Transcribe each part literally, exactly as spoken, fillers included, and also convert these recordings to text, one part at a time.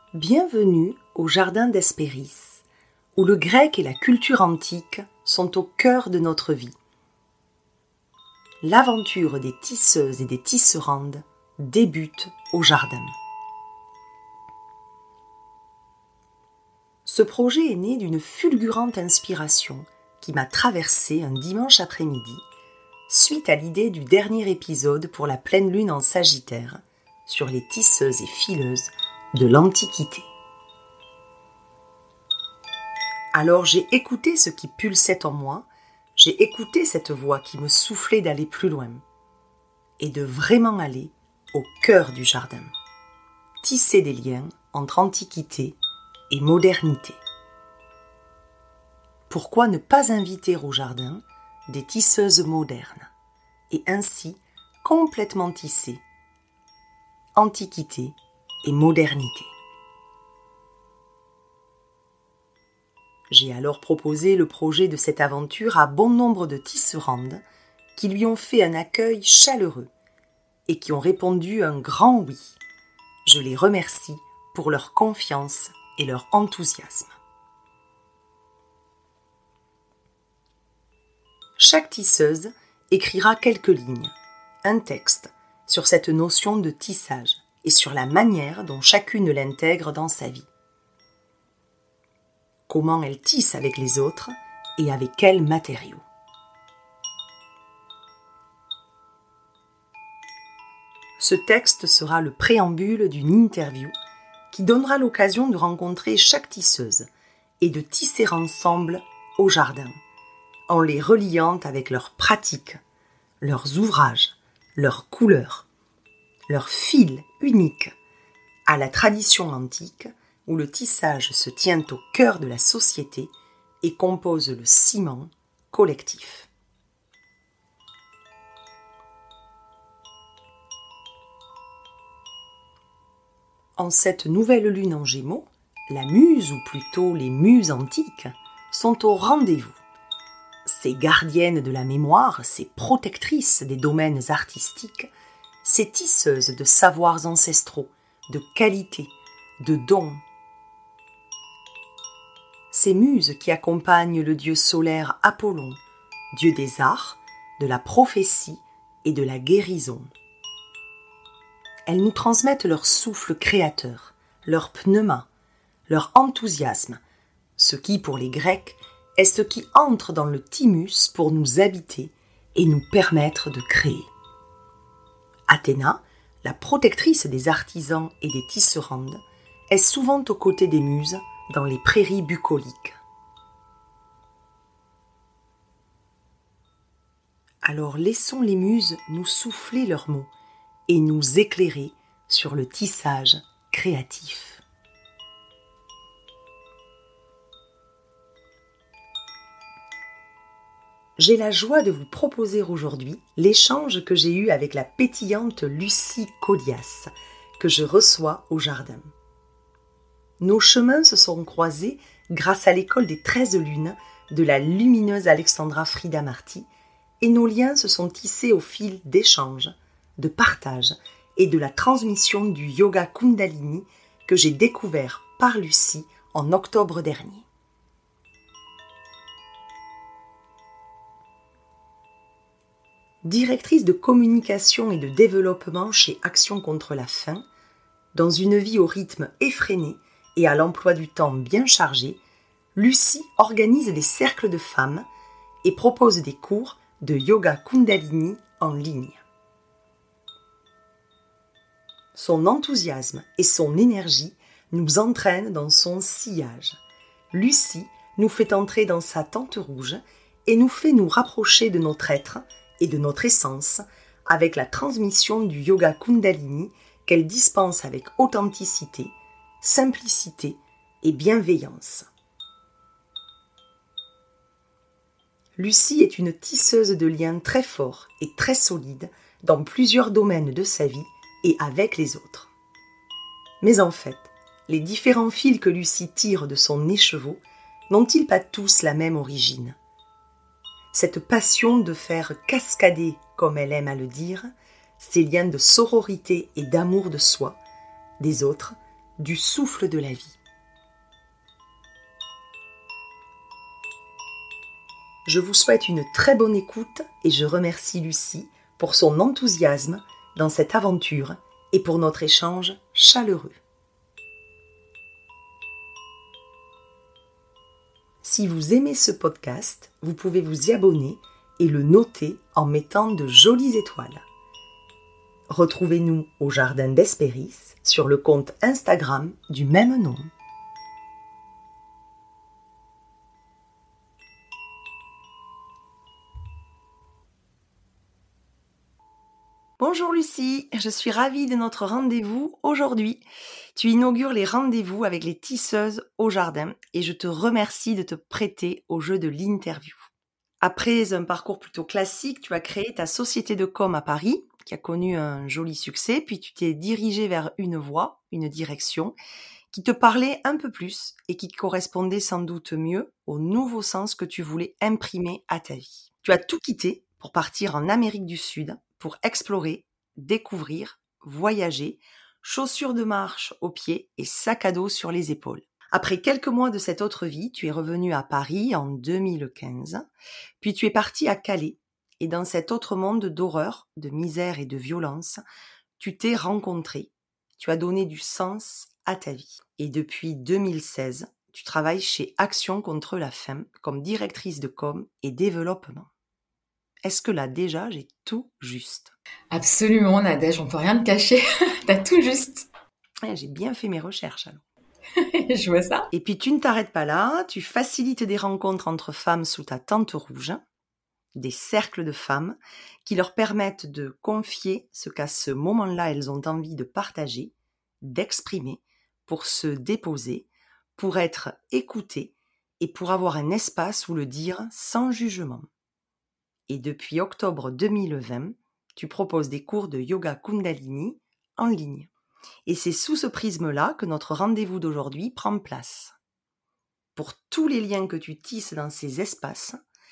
Bienvenue au jardin d'Hespéris, où le grec et la culture antique sont au cœur de notre vie. L'aventure des tisseuses et des tisserandes débute au jardin. Ce projet est né d'une fulgurante inspiration qui m'a traversée un dimanche après-midi, suite à l'idée du dernier épisode pour la pleine lune en Sagittaire sur les tisseuses et fileuses de l'Antiquité. Alors j'ai écouté ce qui pulsait en moi, j'ai écouté cette voix qui me soufflait d'aller plus loin et de vraiment aller au cœur du jardin, tisser des liens entre antiquité et modernité. Pourquoi ne pas inviter au jardin des tisseuses modernes et ainsi complètement tisser antiquité et modernité. J'ai alors proposé le projet de cette aventure à bon nombre de tisserandes qui lui ont fait un accueil chaleureux et qui ont répondu un grand oui. Je les remercie pour leur confiance et leur enthousiasme. Chaque tisseuse écrira quelques lignes, un texte sur cette notion de tissage et sur la manière dont chacune l'intègre dans sa vie. Comment elle tisse avec les autres et avec quels matériaux. Ce texte sera le préambule d'une interview qui donnera l'occasion de rencontrer chaque tisseuse et de tisser ensemble au jardin, en les reliant avec leurs pratiques, leurs ouvrages, leurs couleurs, leurs fils uniques à la tradition antique où le tissage se tient au cœur de la société et compose le ciment collectif. En cette nouvelle lune en Gémeaux, la muse, ou plutôt les muses antiques, sont au rendez-vous. Ces gardiennes de la mémoire, ces protectrices des domaines artistiques, ces tisseuses de savoirs ancestraux, de qualités, de dons. Ces muses qui accompagnent le dieu solaire Apollon, dieu des arts, de la prophétie et de la guérison. Elles nous transmettent leur souffle créateur, leur pneuma, leur enthousiasme, ce qui, pour les Grecs, est ce qui entre dans le thymus pour nous habiter et nous permettre de créer. Athéna, la protectrice des artisans et des tisserandes, est souvent aux côtés des muses dans les prairies bucoliques. Alors laissons les muses nous souffler leurs mots et nous éclairer sur le tissage créatif. J'ai la joie de vous proposer aujourd'hui l'échange que j'ai eu avec la pétillante Lucie Colias, que je reçois au jardin. Nos chemins se sont croisés grâce à l'école des treize lunes de la lumineuse Alexandra Frida Marty, et nos liens se sont tissés au fil d'échanges, de partage et de la transmission du yoga Kundalini que j'ai découvert par Lucie en octobre dernier. Directrice de communication et de développement chez Action contre la faim, dans une vie au rythme effréné et à l'emploi du temps bien chargé, Lucie organise des cercles de femmes et propose des cours de yoga Kundalini en ligne. Son enthousiasme et son énergie nous entraînent dans son sillage. Lucie nous fait entrer dans sa tente rouge et nous fait nous rapprocher de notre être et de notre essence avec la transmission du yoga Kundalini qu'elle dispense avec authenticité, simplicité et bienveillance. Lucie est une tisseuse de liens très forts et très solides dans plusieurs domaines de sa vie et avec les autres. Mais en fait, les différents fils que Lucie tire de son écheveau n'ont-ils pas tous la même origine ? Cette passion de faire cascader, comme elle aime à le dire, ces liens de sororité et d'amour de soi, des autres du souffle de la vie. Je vous souhaite une très bonne écoute et je remercie Lucie pour son enthousiasme dans cette aventure et pour notre échange chaleureux. Si vous aimez ce podcast, vous pouvez vous y abonner et le noter en mettant de jolies étoiles. Retrouvez-nous au Jardin d'Hespéris sur le compte Instagram du même nom. Bonjour Lucie, je suis ravie de notre rendez-vous aujourd'hui. Tu inaugures les rendez-vous avec les tisseuses au jardin et je te remercie de te prêter au jeu de l'interview. Après un parcours plutôt classique, tu as créé ta société de com à Paris, qui a connu un joli succès, puis tu t'es dirigée vers une voie, une direction, qui te parlait un peu plus et qui correspondait sans doute mieux au nouveau sens que tu voulais imprimer à ta vie. Tu as tout quitté pour partir en Amérique du Sud, pour explorer, découvrir, voyager, chaussures de marche aux pieds et sac à dos sur les épaules. Après quelques mois de cette autre vie, tu es revenu à Paris en deux mille quinze, puis tu es parti à Calais, et dans cet autre monde d'horreur, de misère et de violence, tu t'es rencontré, tu as donné du sens à ta vie. Et depuis deux mille seize, tu travailles chez Action contre la faim comme directrice de com et développement. Est-ce que là, déjà, j'ai tout juste? Absolument, Nadège, on peut rien te cacher. T'as tout juste. Ouais, j'ai bien fait mes recherches, alors. Je vois ça. Et puis, tu ne t'arrêtes pas là. Tu facilites des rencontres entre femmes sous ta tente rouge, des cercles de femmes qui leur permettent de confier ce qu'à ce moment-là, elles ont envie de partager, d'exprimer, pour se déposer, pour être écoutées et pour avoir un espace où le dire sans jugement. Et depuis octobre deux mille vingt, tu proposes des cours de yoga Kundalini en ligne. Et c'est sous ce prisme-là que notre rendez-vous d'aujourd'hui prend place. Pour tous les liens que tu tisses dans ces espaces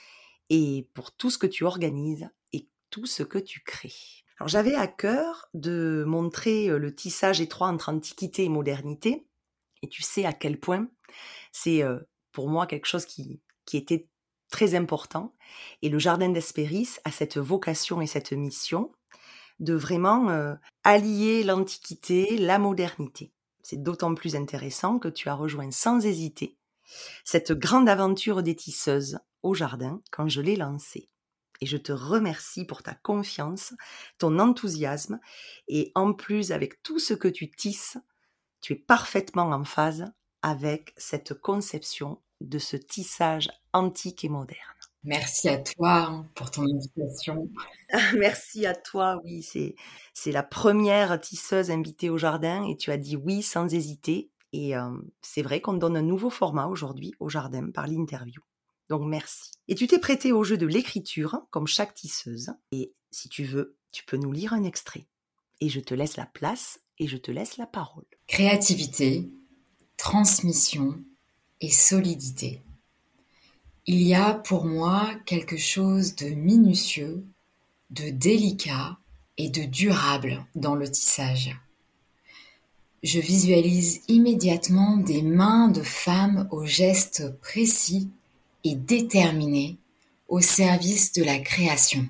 et pour tout ce que tu organises et tout ce que tu crées. Alors j'avais à cœur de montrer le tissage étroit entre antiquité et modernité. Et tu sais à quel point c'est pour moi quelque chose qui, qui était très important, et le Jardin d'Hespéris a cette vocation et cette mission de vraiment euh, allier l'antiquité, la modernité. C'est d'autant plus intéressant que tu as rejoint sans hésiter cette grande aventure des tisseuses au jardin quand je l'ai lancée. Et je te remercie pour ta confiance, ton enthousiasme, et en plus avec tout ce que tu tisses, tu es parfaitement en phase avec cette conception de ce tissage antique et moderne. Merci à toi pour ton invitation. Merci à toi, oui, c'est, c'est la première tisseuse invitée au jardin et tu as dit oui sans hésiter. Et euh, c'est vrai qu'on donne un nouveau format aujourd'hui au jardin par l'interview. Donc merci. Et tu t'es prêtée au jeu de l'écriture, comme chaque tisseuse. Et si tu veux, tu peux nous lire un extrait. Et je te laisse la place et je te laisse la parole. Créativité, transmission et solidité. Il y a pour moi quelque chose de minutieux, de délicat et de durable dans le tissage. Je visualise immédiatement des mains de femmes aux gestes précis et déterminés au service de la création.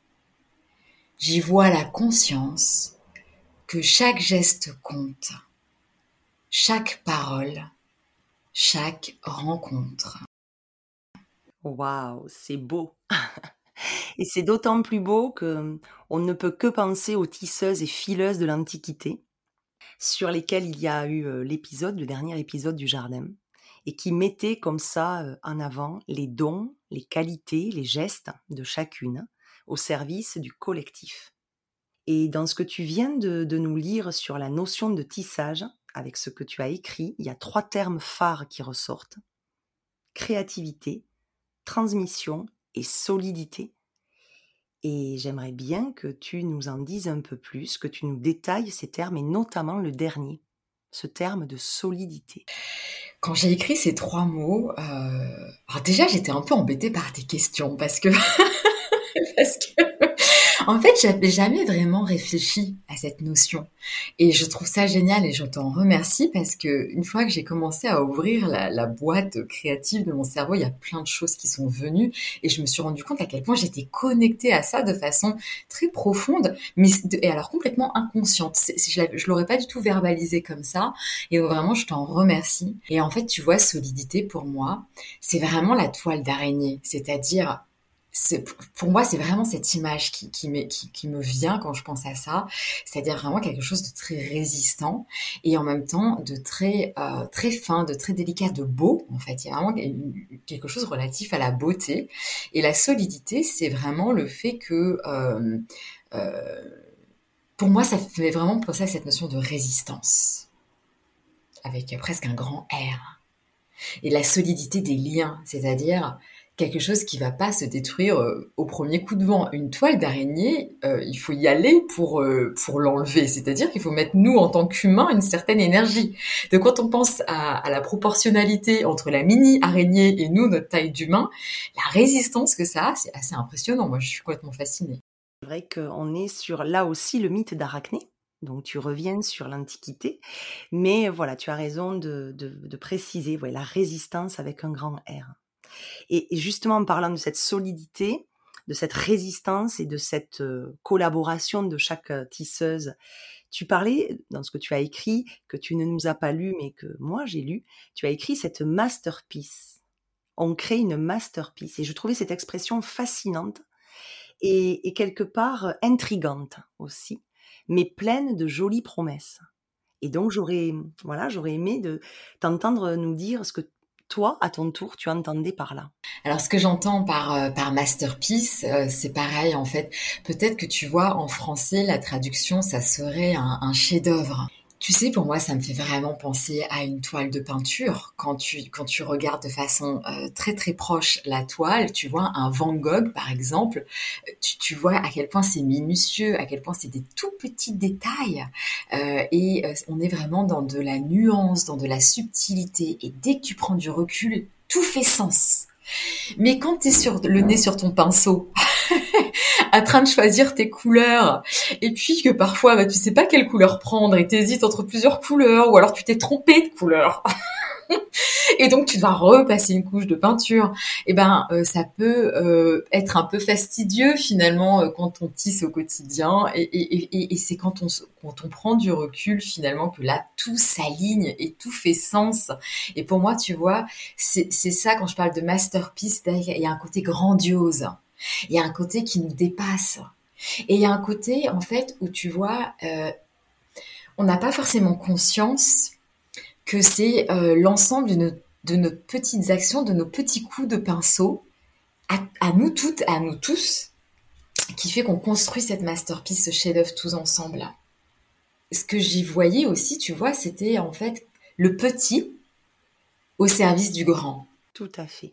J'y vois la conscience que chaque geste compte, chaque parole, chaque rencontre. Waouh, c'est beau. Et c'est d'autant plus beau que on ne peut que penser aux tisseuses et fileuses de l'Antiquité, sur lesquelles il y a eu l'épisode, le dernier épisode du Jardin, et qui mettaient comme ça en avant les dons, les qualités, les gestes de chacune au service du collectif. Et dans ce que tu viens de, de nous lire sur la notion de tissage, avec ce que tu as écrit, il y a trois termes phares qui ressortent. Créativité, transmission et solidité. Et j'aimerais bien que tu nous en dises un peu plus, que tu nous détailles ces termes, et notamment le dernier, ce terme de solidité. Quand j'ai écrit ces trois mots, euh... alors déjà j'étais un peu embêtée par tes questions, parce que... parce que En fait, j'avais jamais vraiment réfléchi à cette notion. Et je trouve ça génial et je t'en remercie parce que une fois que j'ai commencé à ouvrir la, la boîte créative de mon cerveau, il y a plein de choses qui sont venues et je me suis rendu compte à quel point j'étais connectée à ça de façon très profonde, mais de- et alors complètement inconsciente. C'est- c'est- je l'avais- je l'aurais pas du tout verbalisé comme ça et vraiment je t'en remercie. Et en fait, tu vois, solidité pour moi, c'est vraiment la toile d'araignée, c'est-à-dire c'est, pour moi, c'est vraiment cette image qui, qui, me, qui, qui me vient quand je pense à ça, c'est-à-dire vraiment quelque chose de très résistant et en même temps de très, euh, très fin, de très délicat, de beau, en fait. Il y a vraiment quelque chose relatif à la beauté. Et la solidité, c'est vraiment le fait que, euh, euh, pour moi, ça fait vraiment penser à cette notion de résistance, avec presque un grand R. Et la solidité des liens, c'est-à-dire quelque chose qui va pas se détruire euh, au premier coup de vent. Une toile d'araignée, euh, il faut y aller pour euh, pour l'enlever, c'est-à-dire qu'il faut mettre nous en tant qu'humains une certaine énergie. Donc quand on pense à, à la proportionnalité entre la mini araignée et nous, notre taille d'humain, la résistance que ça a, c'est assez impressionnant. Moi, je suis complètement fascinée. C'est vrai qu'on est sur, là aussi, le mythe d'Arachné. Donc tu reviens sur l'Antiquité. Mais voilà, tu as raison de, de, de préciser, ouais, la résistance avec un grand R. Et, et justement, en parlant de cette solidité, de cette résistance et de cette euh, collaboration de chaque euh, tisseuse, tu parlais, dans ce que tu as écrit, que tu ne nous as pas lu, mais que moi j'ai lu, tu as écrit cette masterpiece. On crée une masterpiece. Et je trouvais cette expression fascinante et, et quelque part euh, intrigante aussi, mais pleine de jolies promesses. Et donc j'aurais, voilà, j'aurais aimé de t'entendre nous dire ce que toi, à ton tour, tu entendais par là. Alors, ce que j'entends par euh, par masterpiece, euh, c'est pareil en fait. Peut-être que tu vois en français la traduction, ça serait un, un chef-d'œuvre. Tu sais, pour moi, ça me fait vraiment penser à une toile de peinture. Quand tu quand tu regardes de façon euh, très très proche la toile, tu vois un Van Gogh par exemple. Tu, tu vois à quel point c'est minutieux, à quel point c'est des tout petits détails. Euh, et euh, on est vraiment dans de la nuance, dans de la subtilité. Et dès que tu prends du recul, tout fait sens. Mais quand t'es sur le nez sur ton pinceau, en train de choisir tes couleurs, et puis que parfois bah, tu sais pas quelle couleur prendre et t'hésites entre plusieurs couleurs, ou alors tu t'es trompé de couleur, et donc tu dois repasser une couche de peinture, et ben euh, ça peut euh, être un peu fastidieux finalement euh, quand on tisse au quotidien, et, et, et, et c'est quand on, quand on prend du recul finalement que là tout s'aligne et tout fait sens. Et pour moi, tu vois, c'est, c'est ça quand je parle de masterpiece, il y a un côté grandiose, il y a un côté qui nous dépasse, et il y a un côté en fait où tu vois, euh, on n'a pas forcément conscience que c'est euh, l'ensemble de nos, de nos petites actions, de nos petits coups de pinceau, à, à nous toutes, à nous tous, qui fait qu'on construit cette masterpiece, ce chef-d'œuvre tous ensemble. Ce que j'y voyais aussi, tu vois, c'était en fait le petit au service du grand. Tout à fait.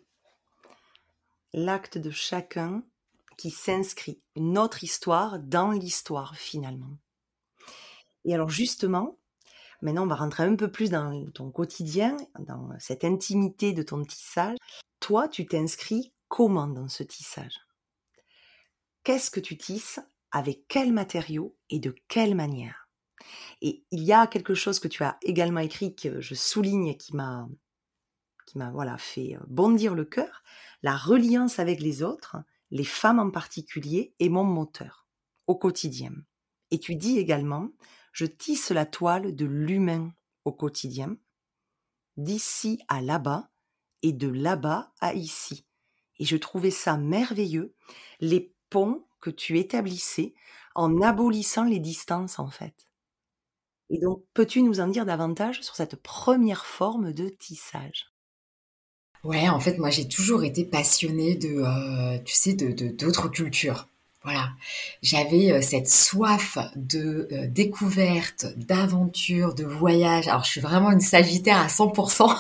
L'acte de chacun qui s'inscrit, une autre histoire dans l'histoire finalement. Et alors justement, maintenant on va rentrer un peu plus dans ton quotidien, dans cette intimité de ton tissage. Toi, tu t'inscris comment dans ce tissage? Qu'est-ce que tu tisses? Avec quels matériaux et de quelle manière? Et il y a quelque chose que tu as également écrit, que je souligne, et qui m'a, qui m'a voilà, fait bondir le cœur, la reliance avec les autres, les femmes en particulier, est mon moteur au quotidien. Et tu dis également, je tisse la toile de l'humain au quotidien, d'ici à là-bas et de là-bas à ici. Et je trouvais ça merveilleux, les ponts que tu établissais en abolissant les distances en fait. Et donc, peux-tu nous en dire davantage sur cette première forme de tissage? Ouais, en fait, moi, j'ai toujours été passionnée de, euh, tu sais, de, de d'autres cultures. Voilà, j'avais euh, cette soif de euh, découverte, d'aventure, de voyage. Alors, je suis vraiment une Sagittaire à cent pour cent.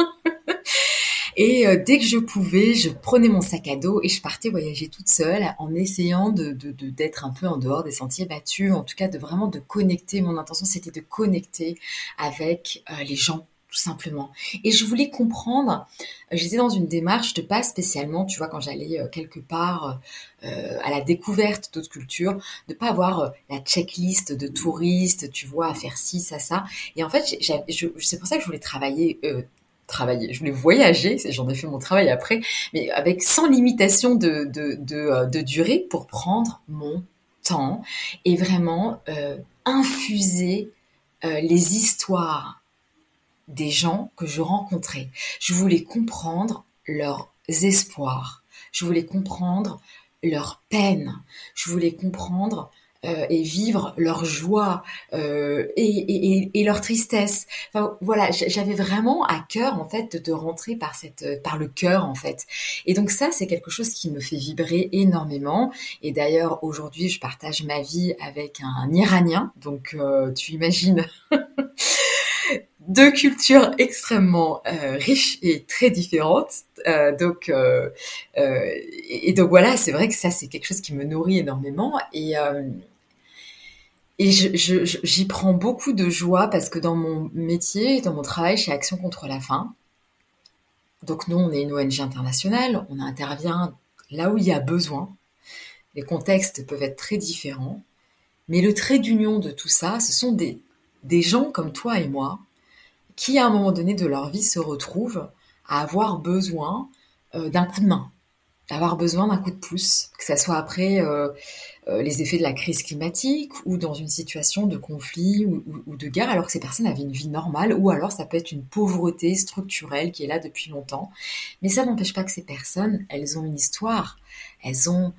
Et euh, dès que je pouvais, je prenais mon sac à dos et je partais voyager toute seule en essayant de, de, de- d'être un peu en dehors des sentiers battus, en tout cas de vraiment de connecter. Mon intention, c'était de connecter avec euh, les gens. tout simplement. Et je voulais comprendre, euh, j'étais dans une démarche de pas spécialement, tu vois, quand j'allais euh, quelque part euh, à la découverte d'autres cultures, de pas avoir euh, la checklist de touristes, tu vois, à faire ci, ça, ça. Et en fait, j'ai- j'ai- je, c'est pour ça que je voulais travailler, euh, travailler, je voulais voyager, c'est- j'en ai fait mon travail après, mais avec sans limitation de, de, de, euh, de durée pour prendre mon temps et vraiment euh, infuser euh, les histoires des gens que je rencontrais. Je voulais comprendre leurs espoirs. Je voulais comprendre leurs peines. Je voulais comprendre euh, et vivre leur joie euh, et, et, et, et leur tristesse. Enfin voilà, j- j'avais vraiment à cœur en fait de, de rentrer par cette, par le cœur en fait. Et donc ça, c'est quelque chose qui me fait vibrer énormément. Et d'ailleurs, aujourd'hui, je partage ma vie avec un Iranien. Donc euh, tu imagines deux cultures extrêmement euh, riches et très différentes. Euh, donc, euh, euh, et, et donc voilà, c'est vrai que ça, c'est quelque chose qui me nourrit énormément. Et, euh, et je, je, je- j'y prends beaucoup de joie parce que dans mon métier, dans mon travail chez Action contre la faim, donc nous, on est une O N G internationale, on intervient là où il y a besoin. Les contextes peuvent être très différents, mais le trait d'union de tout ça, ce sont des, des gens comme toi et moi qui, à un moment donné de leur vie, se retrouvent à avoir besoin euh, d'un coup de main, d'avoir besoin d'un coup de pouce, que ça soit après euh, euh, les effets de la crise climatique ou dans une situation de conflit ou, ou- ou de guerre, alors que ces personnes avaient une vie normale, ou alors ça peut être une pauvreté structurelle qui est là depuis longtemps. Mais ça n'empêche pas que ces personnes, elles ont une histoire, elles ont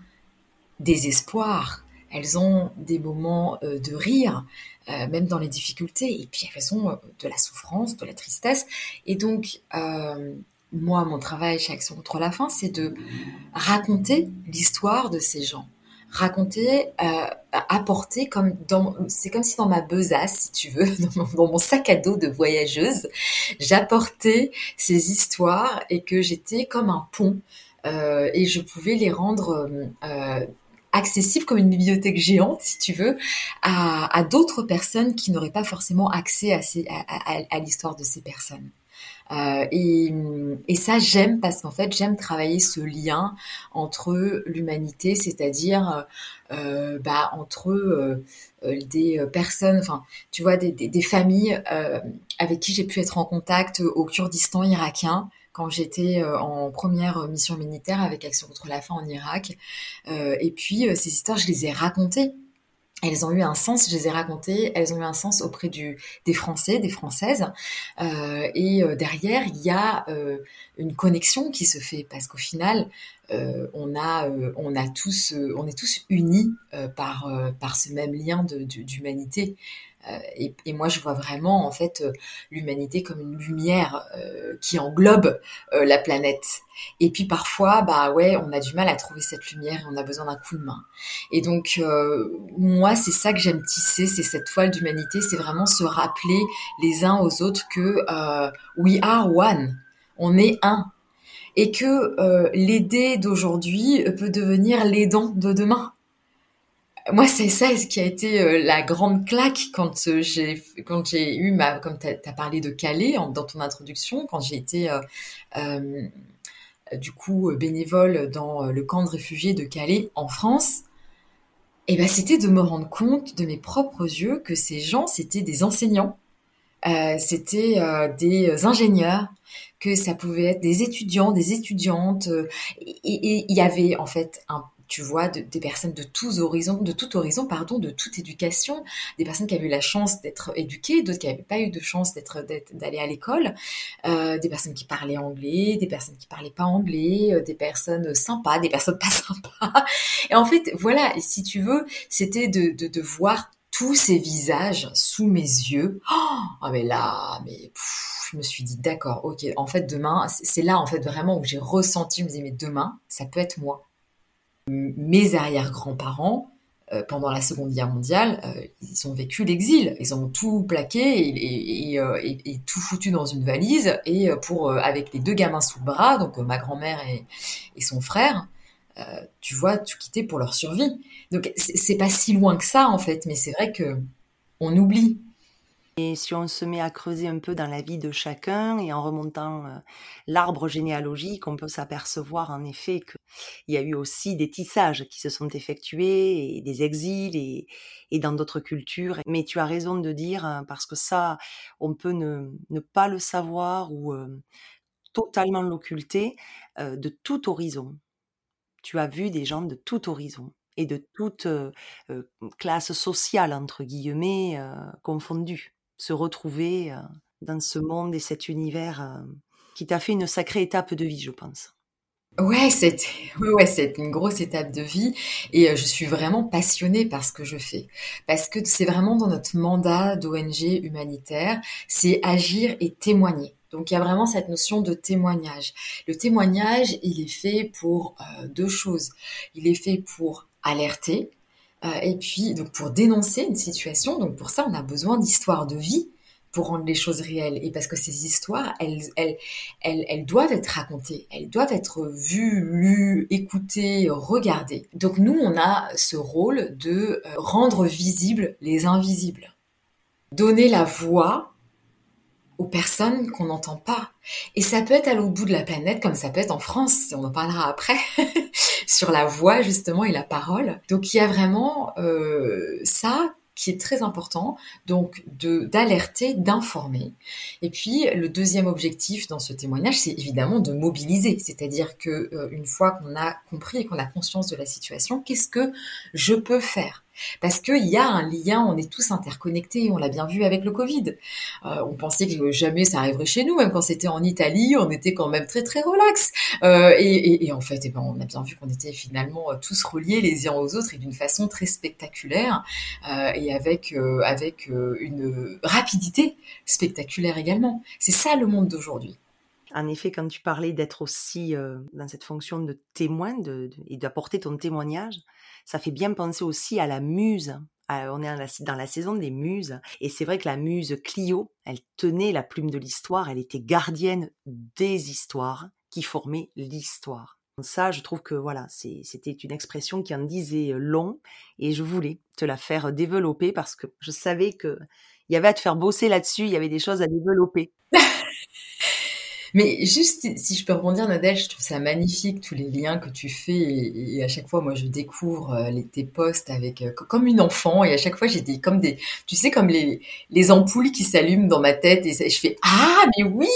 des espoirs, elles ont des moments euh, de rire, euh, même dans les difficultés, et puis elles ont euh, de la souffrance, de la tristesse. Et donc, euh, moi, mon travail chez Action contre la faim, c'est de raconter l'histoire de ces gens. Raconter, euh, apporter comme dans, c'est comme si dans ma besace, si tu veux, dans mon, dans mon sac à dos de voyageuse, j'apportais ces histoires et que j'étais comme un pont euh, et je pouvais les rendre euh, accessibles comme une bibliothèque géante, si tu veux, à, à d'autres personnes qui n'auraient pas forcément accès à, ces, à, à, à l'histoire de ces personnes. Euh, et, et ça, j'aime parce qu'en fait, j'aime travailler ce lien entre l'humanité, c'est-à-dire euh, bah, entre euh, euh, des personnes, enfin, tu vois, des, des, des familles euh, avec qui j'ai pu être en contact au Kurdistan irakien quand j'étais euh, en première mission militaire avec Action contre la faim en Irak. Euh, et puis, euh, ces histoires, je les ai racontées. Elles ont eu un sens, je les ai racontées, elles ont eu un sens auprès du, des Français, des Françaises. Euh, et euh, derrière, il y a euh, une connexion qui se fait parce qu'au final, euh, on a, euh, on a tous, euh, on est tous unis euh, par, euh, par ce même lien de, de- d'humanité. Euh, et, et moi, je vois vraiment en fait euh, l'humanité comme une lumière euh, qui englobe euh, la planète. Et puis parfois, bah ouais, on a du mal à trouver cette lumière et on a besoin d'un coup de main. Et donc, euh, moi, c'est ça que j'aime tisser, c'est cette toile d'humanité, c'est vraiment se rappeler les uns aux autres que euh, we are one, on est un, et que euh, l'aider d'aujourd'hui peut devenir l'aidant de demain. Moi, c'est ça ce qui a été euh, la grande claque quand euh, j'ai quand j'ai eu ma, comme tu as parlé de Calais en- dans ton introduction, quand j'ai été euh, euh, du coup bénévole dans euh, le camp de réfugiés de Calais en France. Et ben, c'était de me rendre compte de mes propres yeux que ces gens, c'était des enseignants, euh, c'était euh, des ingénieurs, que ça pouvait être des étudiants, des étudiantes. euh, et il y avait en fait un tu vois, de- des personnes de tous horizons, de tout horizon, pardon, de toute éducation, des personnes qui avaient eu la chance d'être éduquées, d'autres qui n'avaient pas eu de chance d'être, d'être- d'aller à l'école, euh, des personnes qui parlaient anglais, des personnes qui parlaient pas anglais, euh, des personnes sympas, des personnes pas sympas. Et en fait, voilà, si tu veux, c'était de, de, de voir tous ces visages sous mes yeux. Ah mais là, mais pff, je me suis dit d'accord, ok. En fait, demain, c'est c'est là en fait vraiment où j'ai ressenti, je me disais mais demain, ça peut être moi. M- Mes arrière-grands-parents, euh, pendant la Seconde Guerre mondiale, euh, ils ont vécu l'exil. Ils ont tout plaqué et, et- et, euh, et- et tout foutu dans une valise et euh, pour euh, avec les deux gamins sous le bras, donc euh, ma grand-mère et, et son frère, euh, tu vois, tout quitter pour leur survie. Donc c'est c'est pas si loin que ça en fait, mais c'est vrai que on oublie. Et si on se met à creuser un peu dans la vie de chacun et en remontant euh, l'arbre généalogique, on peut s'apercevoir en effet qu'il y a eu aussi des tissages qui se sont effectués, et des exils et, et dans d'autres cultures. Mais tu as raison de dire, parce que ça, on peut ne, ne pas le savoir ou euh, totalement l'occulter, euh, de tout horizon. Tu as vu des gens de tout horizon et de toute euh, euh, classe sociale, entre guillemets, euh, confondue, se retrouver euh, dans ce monde et cet univers euh, qui t'a fait une sacrée étape de vie, je pense. Ouais, c'était ouais, ouais, c'est une grosse étape de vie et euh, je suis vraiment passionnée par ce que je fais. Parce que c'est vraiment dans notre mandat d'O N G humanitaire, c'est agir et témoigner. Donc il y a vraiment cette notion de témoignage. Le témoignage, il est fait pour euh, deux choses. Il est fait pour alerter euh, et puis donc pour dénoncer une situation. Donc pour ça, on a besoin d'histoires de vie pour rendre les choses réelles. Et parce que ces histoires, elles, elles, elles, elles doivent être racontées, elles doivent être vues, lues, écoutées, regardées. Donc nous, on a ce rôle de euh, rendre visibles les invisibles, donner la voix aux personnes qu'on n'entend pas. Et ça peut être à l'autre bout de la planète, comme ça peut être en France, on en parlera après, sur la voix justement et la parole. Donc il y a vraiment euh, ça qui est très important, donc de d'alerter, d'informer. Et puis le deuxième objectif dans ce témoignage, c'est évidemment de mobiliser, c'est-à-dire que euh, une fois qu'on a compris et qu'on a conscience de la situation, qu'est-ce que je peux faire ? Parce qu'il y a un lien, on est tous interconnectés, on l'a bien vu avec le Covid. Euh, on pensait que jamais ça arriverait chez nous, même quand c'était en Italie, on était quand même très très relax. Euh, et, et, et en fait, eh ben, on a bien vu qu'on était finalement tous reliés les uns aux autres et d'une façon très spectaculaire euh, et avec euh, avec euh, une rapidité spectaculaire également. C'est ça le monde d'aujourd'hui. En effet, quand tu parlais d'être aussi euh, dans cette fonction de témoin de, de, et d'apporter ton témoignage, ça fait bien penser aussi à la muse. Euh, on est dans la, dans la saison des muses. Et c'est vrai que la muse Clio, elle tenait la plume de l'histoire, elle était gardienne des histoires qui formaient l'histoire. Ça, je trouve que voilà, c'est, c'était une expression qui en disait long et je voulais te la faire développer parce que je savais que il y avait à te faire bosser là-dessus, il y avait des choses à développer. Mais juste, si je peux rebondir, Nadège, je trouve ça magnifique, tous les liens que tu fais. Et, et à chaque fois, moi, je découvre euh, les, tes posts avec, euh, comme une enfant. Et à chaque fois, j'ai des, comme des, tu sais, comme les, les ampoules qui s'allument dans ma tête. Et ça, je fais, ah, mais oui!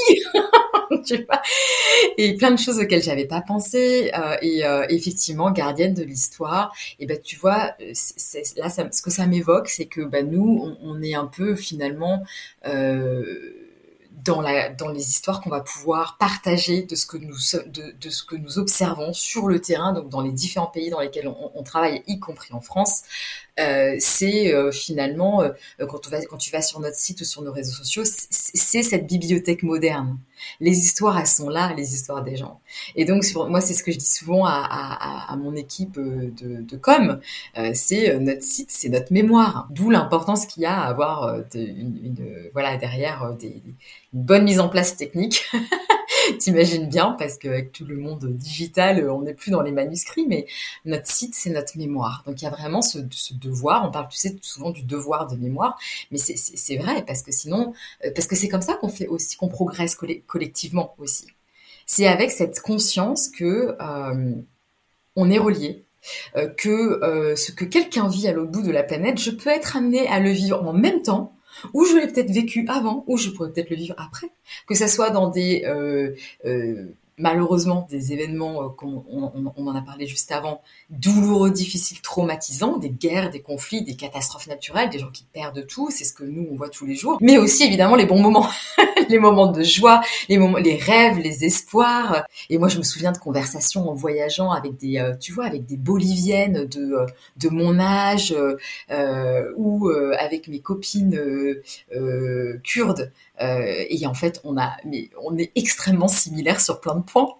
Tu vois, et plein de choses auxquelles j'avais pas pensé. Euh, et euh, effectivement, gardienne de l'histoire. Et ben, tu vois, c'est, c'est, là, ça, ce que ça m'évoque, c'est que ben, nous, on, on est un peu finalement... Euh, dans, la, dans les histoires qu'on va pouvoir partager de ce que nous, de, de ce que nous observons sur le terrain, donc dans les différents pays dans lesquels on, on travaille, y compris en France. Euh, c'est euh, finalement, euh, quand, on va, quand tu vas sur notre site ou sur nos réseaux sociaux, c'est, c'est cette bibliothèque moderne. Les histoires, elles sont là, les histoires des gens. Et donc, sur, moi, c'est ce que je dis souvent à, à, à mon équipe de, de com, euh, c'est euh, notre site, c'est notre mémoire. D'où l'importance qu'il y a à avoir euh, de, une, une, voilà, derrière euh, des, une bonne mise en place technique. T'imagines bien, parce qu'avec tout le monde digital, on n'est plus dans les manuscrits, mais notre site, c'est notre mémoire. Donc il y a vraiment ce, ce devoir, on parle, tu sais, souvent du devoir de mémoire, mais c'est, c'est, c'est vrai, parce que sinon, parce que c'est comme ça qu'on fait aussi, qu'on progresse collectivement aussi. C'est avec cette conscience que euh, on est reliés, euh, que euh, ce que quelqu'un vit à l'autre bout de la planète, je peux être amenée à le vivre en même temps, ou je l'ai peut-être vécu avant, ou je pourrais peut-être le vivre après. Que ça soit dans des... Euh, euh, malheureusement, des événements, euh, qu'on, on, on en a parlé juste avant, douloureux, difficiles, traumatisants, des guerres, des conflits, des catastrophes naturelles, des gens qui perdent tout, c'est ce que nous, on voit tous les jours. Mais aussi, évidemment, les bons moments, les moments de joie, les moments, les rêves, les espoirs. Et moi, je me souviens de conversations en voyageant avec des, euh, tu vois, avec des Boliviennes de, euh, de mon âge, euh, ou euh, avec mes copines euh, euh, kurdes. Euh, et en fait, on a, mais on est extrêmement similaires sur plein de points.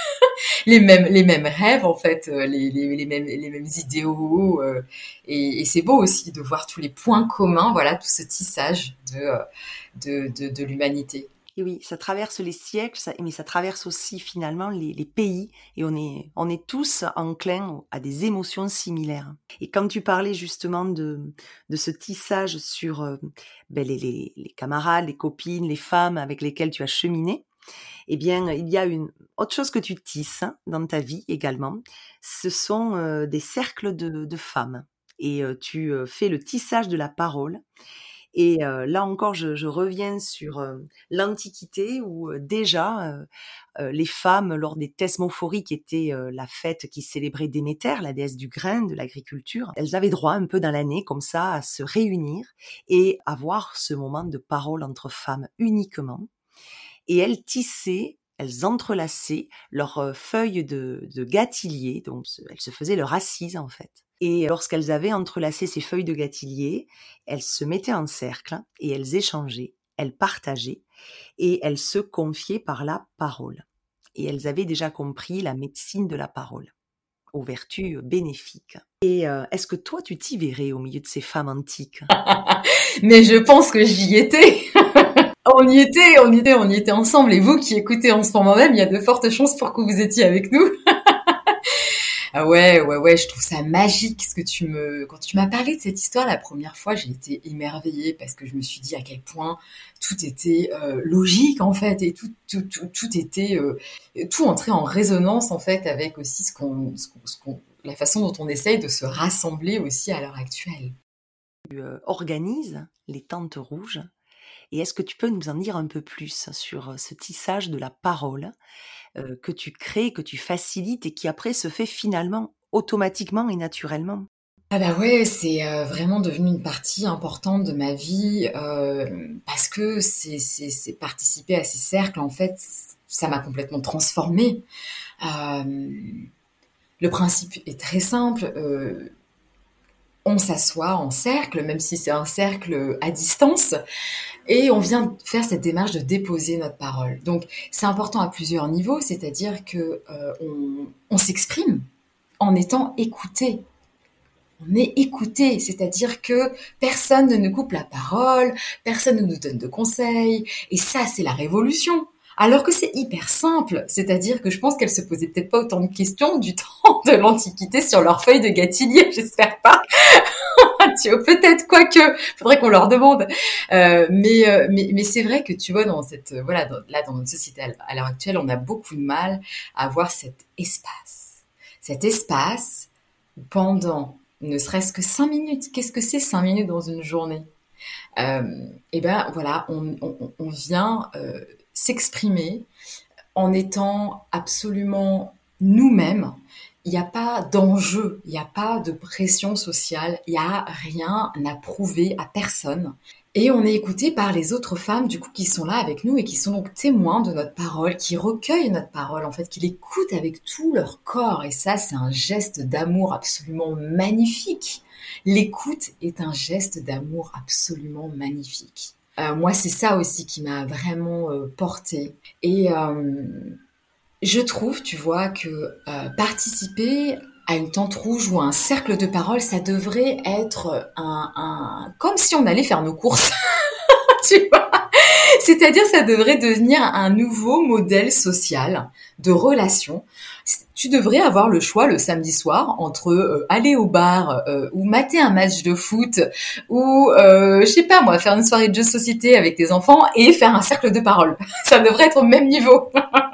les mêmes, les mêmes rêves en fait, les, les, les mêmes, les mêmes idéaux. Euh, et, et c'est beau aussi de voir tous les points communs, voilà, tout ce tissage de, de, de, de l'humanité. Et oui, ça traverse les siècles, ça, mais ça traverse aussi finalement les, les pays, et on est, on est tous enclins à des émotions similaires. Et quand tu parlais justement de, de ce tissage sur euh, ben les, les, les camarades, les copines, les femmes avec lesquelles tu as cheminé, eh bien, il y a une autre chose que tu tisses dans ta vie également, ce sont euh, des cercles de, de femmes. Et euh, tu euh, fais le tissage de la parole. Et euh, là encore, je, je reviens sur euh, l'Antiquité où euh, déjà euh, euh, les femmes, lors des thesmophories, qui était euh, la fête qui célébrait Déméter, la déesse du grain, de l'agriculture, elles avaient droit un peu dans l'année comme ça à se réunir et avoir ce moment de parole entre femmes uniquement. Et elles tissaient, elles entrelaçaient leurs euh, feuilles de, de gâtillier, donc elles se faisaient leur assise en fait. Et lorsqu'elles avaient entrelacé ces feuilles de gâtillier, elles se mettaient en cercle et elles échangeaient, elles partageaient et elles se confiaient par la parole. Et elles avaient déjà compris la médecine de la parole, aux vertus bénéfiques. Et euh, est-ce que toi, tu t'y verrais au milieu de ces femmes antiques? Mais je pense que j'y étais. On y était, on y était, on y était ensemble. Et vous qui écoutez en ce moment même, il y a de fortes chances pour que vous étiez avec nous. Ah ouais, ouais, ouais, je trouve ça magique ce que tu me... Quand tu m'as parlé de cette histoire la première fois, j'ai été émerveillée parce que je me suis dit à quel point tout était euh, logique en fait et tout, tout, tout, tout était... Euh, tout entrait en résonance en fait avec aussi ce qu'on, ce qu'on, ce qu'on, la façon dont on essaye de se rassembler aussi à l'heure actuelle. Tu euh, organises les tentes rouges. Et est-ce que tu peux nous en dire un peu plus sur ce tissage de la parole euh, que tu crées, que tu facilites et qui après se fait finalement automatiquement et naturellement? Ah bah ouais, c'est euh, vraiment devenu une partie importante de ma vie euh, parce que c'est, c'est, c'est participer à ces cercles, en fait, ça m'a complètement transformée. Euh, le principe est très simple. Euh, on s'assoit en cercle, même si c'est un cercle à distance, et on vient faire cette démarche de déposer notre parole. Donc, c'est important à plusieurs niveaux, c'est-à-dire que euh, on, on s'exprime en étant écouté. On est écouté, c'est-à-dire que personne ne nous coupe la parole, personne ne nous donne de conseils, et ça, c'est la révolution. Alors que c'est hyper simple, c'est-à-dire que je pense qu'elles se posaient peut-être pas autant de questions du temps de l'Antiquité sur leurs feuilles de gâtillier, j'espère pas. Tu vois, peut-être, quoique, faudrait qu'on leur demande. Euh, mais, euh, mais, mais c'est vrai que tu vois, dans cette, euh, voilà, dans, là, dans notre société à l'heure actuelle, on a beaucoup de mal à avoir cet espace. Cet espace où pendant ne serait-ce que cinq minutes, qu'est-ce que c'est cinq minutes dans une journée? Euh, et ben voilà, on, on, on vient euh, s'exprimer en étant absolument nous-mêmes. Il n'y a pas d'enjeu, il n'y a pas de pression sociale, il n'y a rien à prouver à personne. Et on est écouté par les autres femmes, du coup, qui sont là avec nous et qui sont donc témoins de notre parole, qui recueillent notre parole, en fait, qui l'écoutent avec tout leur corps. Et ça, c'est un geste d'amour absolument magnifique. L'écoute est un geste d'amour absolument magnifique. Euh, moi, c'est ça aussi qui m'a vraiment euh, portée. Et euh, je trouve, tu vois, que euh, participer à une tente rouge ou à un cercle de parole, ça devrait être un, un... comme si on allait faire nos courses, tu vois. C'est-à-dire, ça devrait devenir un nouveau modèle social de relation. Tu devrais avoir le choix le samedi soir entre euh, aller au bar euh, ou mater un match de foot ou, euh, je sais pas moi, faire une soirée de jeux de société avec tes enfants et faire un cercle de parole. Ça devrait être au même niveau.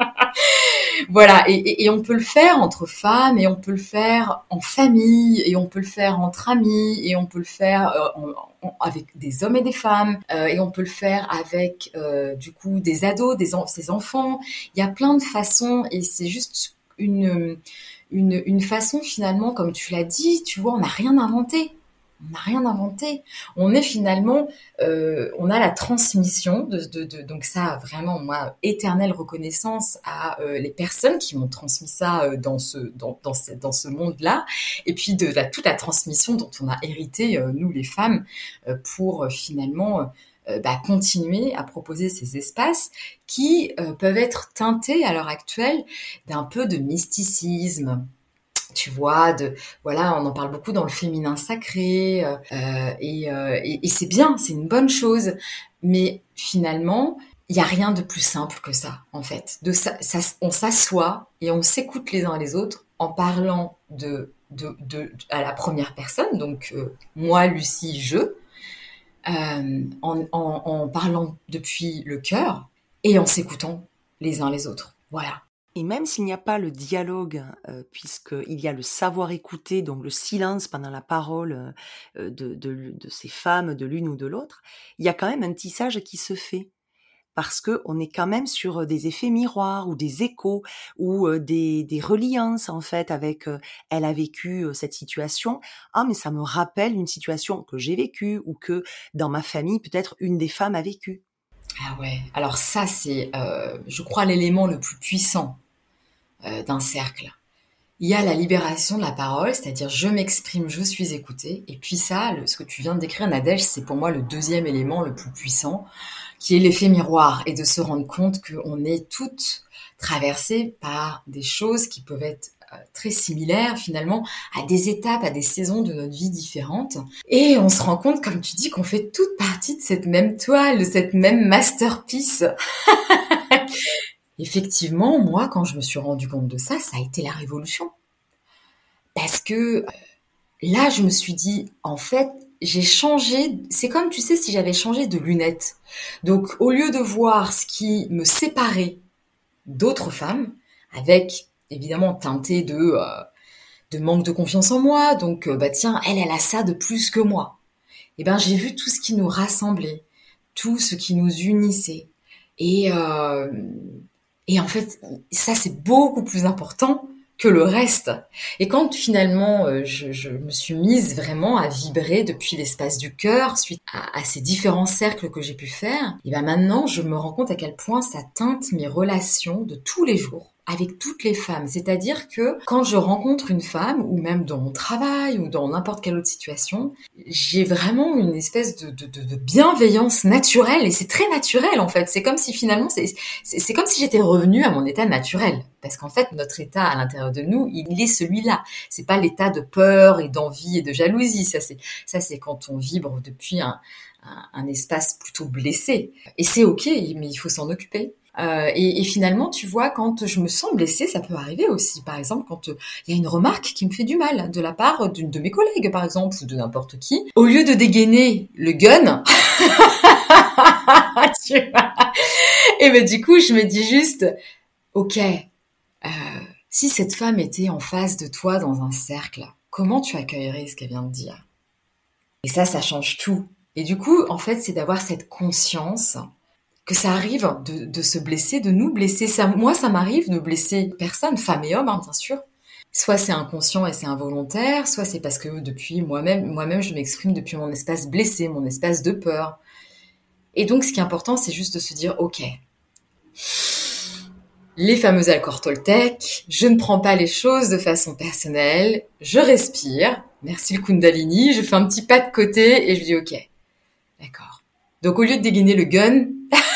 Voilà, et, et, et on peut le faire entre femmes, et on peut le faire en famille, et on peut le faire entre amis, et on peut le faire euh, en, en, avec des hommes et des femmes, euh, et on peut le faire avec euh, du coup des ados, des en, ses enfants. Il y a plein de façons, et c'est juste une, une, une façon finalement, comme tu l'as dit, tu vois, on n'a rien inventé. On n'a rien inventé. On est finalement, euh, on a la transmission de, de, de, donc ça vraiment moi éternelle reconnaissance à euh, les personnes qui m'ont transmis ça euh, dans ce dans dans ce, dans ce monde-là, et puis de la, toute la transmission dont on a hérité euh, nous les femmes euh, pour euh, finalement euh, bah, continuer à proposer ces espaces qui euh, peuvent être teintés à l'heure actuelle d'un peu de mysticisme. Tu vois, de voilà, on en parle beaucoup dans le féminin sacré, euh, et, euh, et, et c'est bien, c'est une bonne chose. Mais finalement, il y a rien de plus simple que ça, en fait. De ça, ça, on s'assoit et on s'écoute les uns les autres en parlant de, de, de à la première personne, donc euh, moi, Lucie, je, euh, en, en, en parlant depuis le cœur et en s'écoutant les uns les autres. Voilà. Et même s'il n'y a pas le dialogue, euh, puisqu'il y a le savoir écouter, donc le silence pendant la parole euh, de, de, de ces femmes, de l'une ou de l'autre, il y a quand même un tissage qui se fait. Parce que on est quand même sur des effets miroirs ou des échos ou euh, des, des reliances en fait avec euh, elle a vécu euh, cette situation. Ah mais ça me rappelle une situation que j'ai vécue ou que dans ma famille peut-être une des femmes a vécu. Ah ouais. Alors ça c'est, euh, je crois, l'élément le plus puissant euh, d'un cercle. Il y a la libération de la parole, c'est-à-dire je m'exprime, je suis écoutée. Et puis ça, le, ce que tu viens de décrire, Nadège, c'est pour moi le deuxième élément le plus puissant, qui est l'effet miroir, et de se rendre compte qu'on est toutes traversées par des choses qui peuvent être euh, très similaires finalement à des étapes, à des saisons de notre vie différentes. Et on se rend compte, comme tu dis, qu'on fait toute partie de cette même toile, de cette même masterpiece. Effectivement, moi, quand je me suis rendu compte de ça, ça a été la révolution. Parce que là, je me suis dit, en fait, j'ai changé. C'est comme, tu sais, si j'avais changé de lunettes. Donc, au lieu de voir ce qui me séparait d'autres femmes, avec évidemment teinté de euh, de manque de confiance en moi, donc euh, bah tiens, elle, elle a ça de plus que moi. Et ben, j'ai vu tout ce qui nous rassemblait, tout ce qui nous unissait, et euh, et en fait, ça c'est beaucoup plus important que le reste. Et quand finalement euh, je, je me suis mise vraiment à vibrer depuis l'espace du cœur suite à, à ces différents cercles que j'ai pu faire, et ben maintenant je me rends compte à quel point ça teinte mes relations de tous les jours avec toutes les femmes. C'est-à-dire que quand je rencontre une femme, ou même dans mon travail, ou dans n'importe quelle autre situation, j'ai vraiment une espèce de, de, de, de bienveillance naturelle, et c'est très naturel en fait. C'est comme si finalement, c'est, c'est, c'est comme si j'étais revenue à mon état naturel. Parce qu'en fait, notre état à l'intérieur de nous, il est celui-là. C'est pas l'état de peur et d'envie et de jalousie. Ça, c'est, ça, c'est quand on vibre depuis un, un, un espace plutôt blessé. Et c'est ok, mais il faut s'en occuper. Euh, et, et finalement, tu vois, quand je me sens blessée, ça peut arriver aussi. Par exemple, quand il euh, y a une remarque qui me fait du mal de la part d'une de mes collègues, par exemple, ou de n'importe qui, au lieu de dégainer le gun, tu vois, et ben du coup, je me dis juste, ok, euh, si cette femme était en face de toi dans un cercle, comment tu accueillerais ce qu'elle vient de dire? Et ça, ça change tout. Et du coup, en fait, c'est d'avoir cette conscience que ça arrive de, de se blesser, de nous blesser. Ça, moi, ça m'arrive de blesser personne, femmes et hommes, hein, bien sûr. Soit c'est inconscient et c'est involontaire, soit c'est parce que depuis moi-même, moi-même, je m'exprime depuis mon espace blessé, mon espace de peur. Et donc, ce qui est important, c'est juste de se dire, ok, les fameux accords Toltec, je ne prends pas les choses de façon personnelle, je respire, merci le Kundalini, je fais un petit pas de côté et je dis, ok, d'accord. Donc, au lieu de dégainer le gun,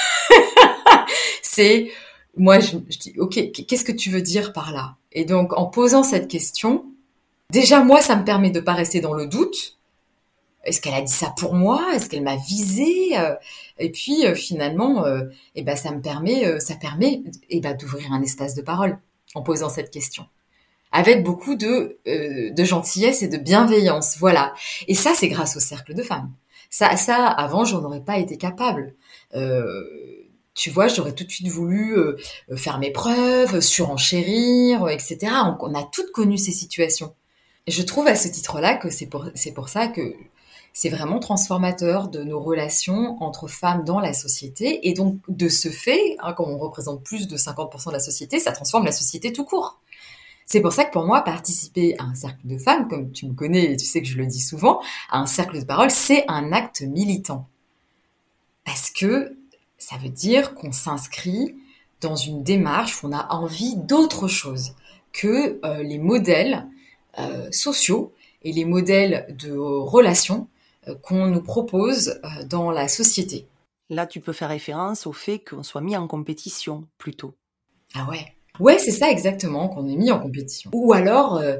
c'est, moi, je, je dis, ok, qu'est-ce que tu veux dire par là? Et donc, en posant cette question, déjà, moi, ça me permet de pas rester dans le doute. Est-ce qu'elle a dit ça pour moi? Est-ce qu'elle m'a visé? Et puis, finalement, euh, eh ben, ça me permet, euh, ça permet, eh ben, d'ouvrir un espace de parole en posant cette question. Avec beaucoup de, euh, de gentillesse et de bienveillance. Voilà. Et ça, c'est grâce au cercle de femmes. Ça, ça, avant, j'en aurais pas été capable. Euh, Tu vois, j'aurais tout de suite voulu euh, faire mes preuves, surenchérir, et cetera. On, on a toutes connu ces situations. Et je trouve à ce titre-là que c'est pour, c'est pour ça que c'est vraiment transformateur de nos relations entre femmes dans la société. Et donc, de ce fait, hein, quand on représente plus de cinquante pour cent de la société, ça transforme la société tout court. C'est pour ça que pour moi, participer à un cercle de femmes, comme tu me connais et tu sais que je le dis souvent, à un cercle de parole, c'est un acte militant. Parce que ça veut dire qu'on s'inscrit dans une démarche où on a envie d'autre chose que euh, les modèles euh, sociaux et les modèles de relations euh, qu'on nous propose euh, dans la société. Là, tu peux faire référence au fait qu'on soit mis en compétition, plutôt. Ah ouais. Ouais, c'est ça exactement, qu'on est mis en compétition. Ou alors, euh,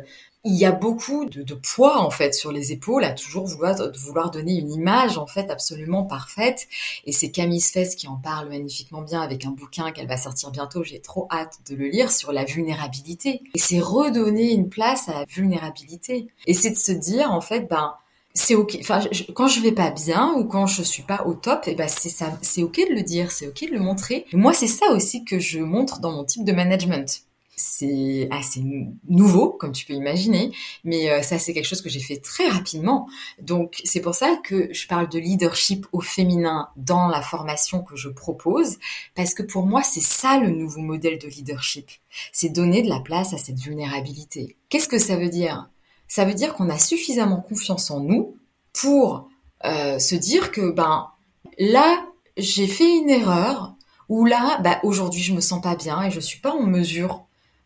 il y a beaucoup de, de poids en fait sur les épaules à toujours vouloir, vouloir donner une image en fait absolument parfaite. Et c'est Camille Sfez qui en parle magnifiquement bien avec un bouquin qu'elle va sortir bientôt. J'ai trop hâte de le lire sur la vulnérabilité. Et c'est redonner une place à la vulnérabilité. Et c'est de se dire en fait, ben c'est ok. Enfin, je, quand je vais pas bien ou quand je suis pas au top, et ben c'est ça, c'est ok de le dire, c'est ok de le montrer. Et moi, c'est ça aussi que je montre dans mon type de management. C'est assez nouveau, comme tu peux imaginer, mais euh, ça, c'est quelque chose que j'ai fait très rapidement. Donc, c'est pour ça que je parle de leadership au féminin dans la formation que je propose, parce que pour moi, c'est ça le nouveau modèle de leadership. C'est donner de la place à cette vulnérabilité. Qu'est-ce que ça veut dire ? Ça veut dire qu'on a suffisamment confiance en nous pour euh, se dire que, ben, là, j'ai fait une erreur, ou là, ben, aujourd'hui, je me sens pas bien et je suis pas en mesure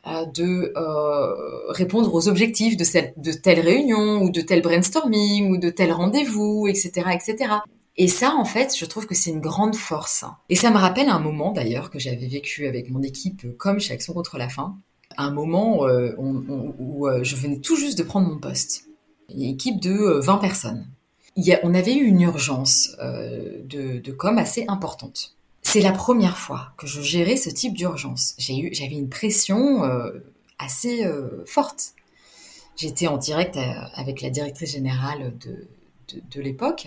de euh, répondre aux objectifs de, cette, de telle réunion ou de tel brainstorming ou de tel rendez-vous, et cetera, et cetera. Et ça, en fait, je trouve que c'est une grande force. Et ça me rappelle un moment, d'ailleurs, que j'avais vécu avec mon équipe comme chez Action contre la faim. Un moment euh, on, on, où euh, je venais tout juste de prendre mon poste. Une équipe de euh, vingt personnes. Il y a, on avait eu une urgence euh, de, de com assez importante. C'est la première fois que je gérais ce type d'urgence. J'ai eu, j'avais une pression euh, assez euh, forte. J'étais en direct avec la directrice générale de, de, de l'époque.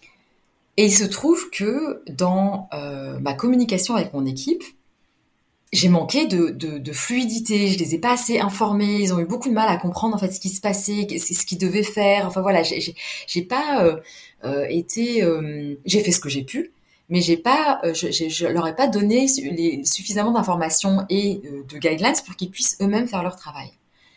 Et il se trouve que dans euh, ma communication avec mon équipe, j'ai manqué de, de, de fluidité. Je les ai pas assez informés. Ils ont eu beaucoup de mal à comprendre en fait ce qui se passait, ce qu'ils devaient faire. Enfin voilà, j'ai, j'ai, j'ai pas euh, euh, été. Euh, j'ai fait ce que j'ai pu. Mais j'ai pas, je, je, je leur ai pas donné les, suffisamment d'informations et euh, de guidelines pour qu'ils puissent eux-mêmes faire leur travail.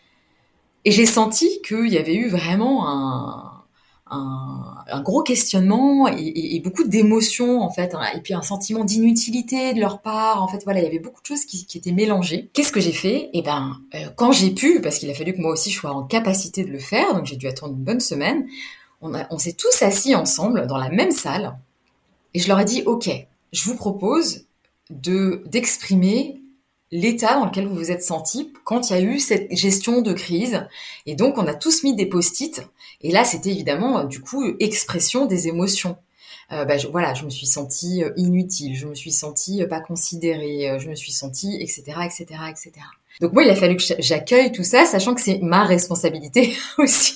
Et j'ai senti qu'il y avait eu vraiment un, un, un gros questionnement et, et, et beaucoup d'émotions en fait, hein, et puis un sentiment d'inutilité de leur part. En fait, voilà, il y avait beaucoup de choses qui, qui étaient mélangées. Qu'est-ce que j'ai fait ? Eh ben, euh, quand j'ai pu, parce qu'il a fallu que moi aussi je sois en capacité de le faire, donc j'ai dû attendre une bonne semaine. On, a, on s'est tous assis ensemble dans la même salle. Et je leur ai dit, ok, je vous propose de d'exprimer l'état dans lequel vous vous êtes sentis quand il y a eu cette gestion de crise. Et donc, on a tous mis des post-it. Et là, c'était évidemment, du coup, expression des émotions. Euh, bah, je, voilà, je me suis sentie inutile, je me suis sentie pas considérée, je me suis sentie, et cetera, et cetera, et cetera. Donc moi, il a fallu que j'accueille tout ça, sachant que c'est ma responsabilité aussi.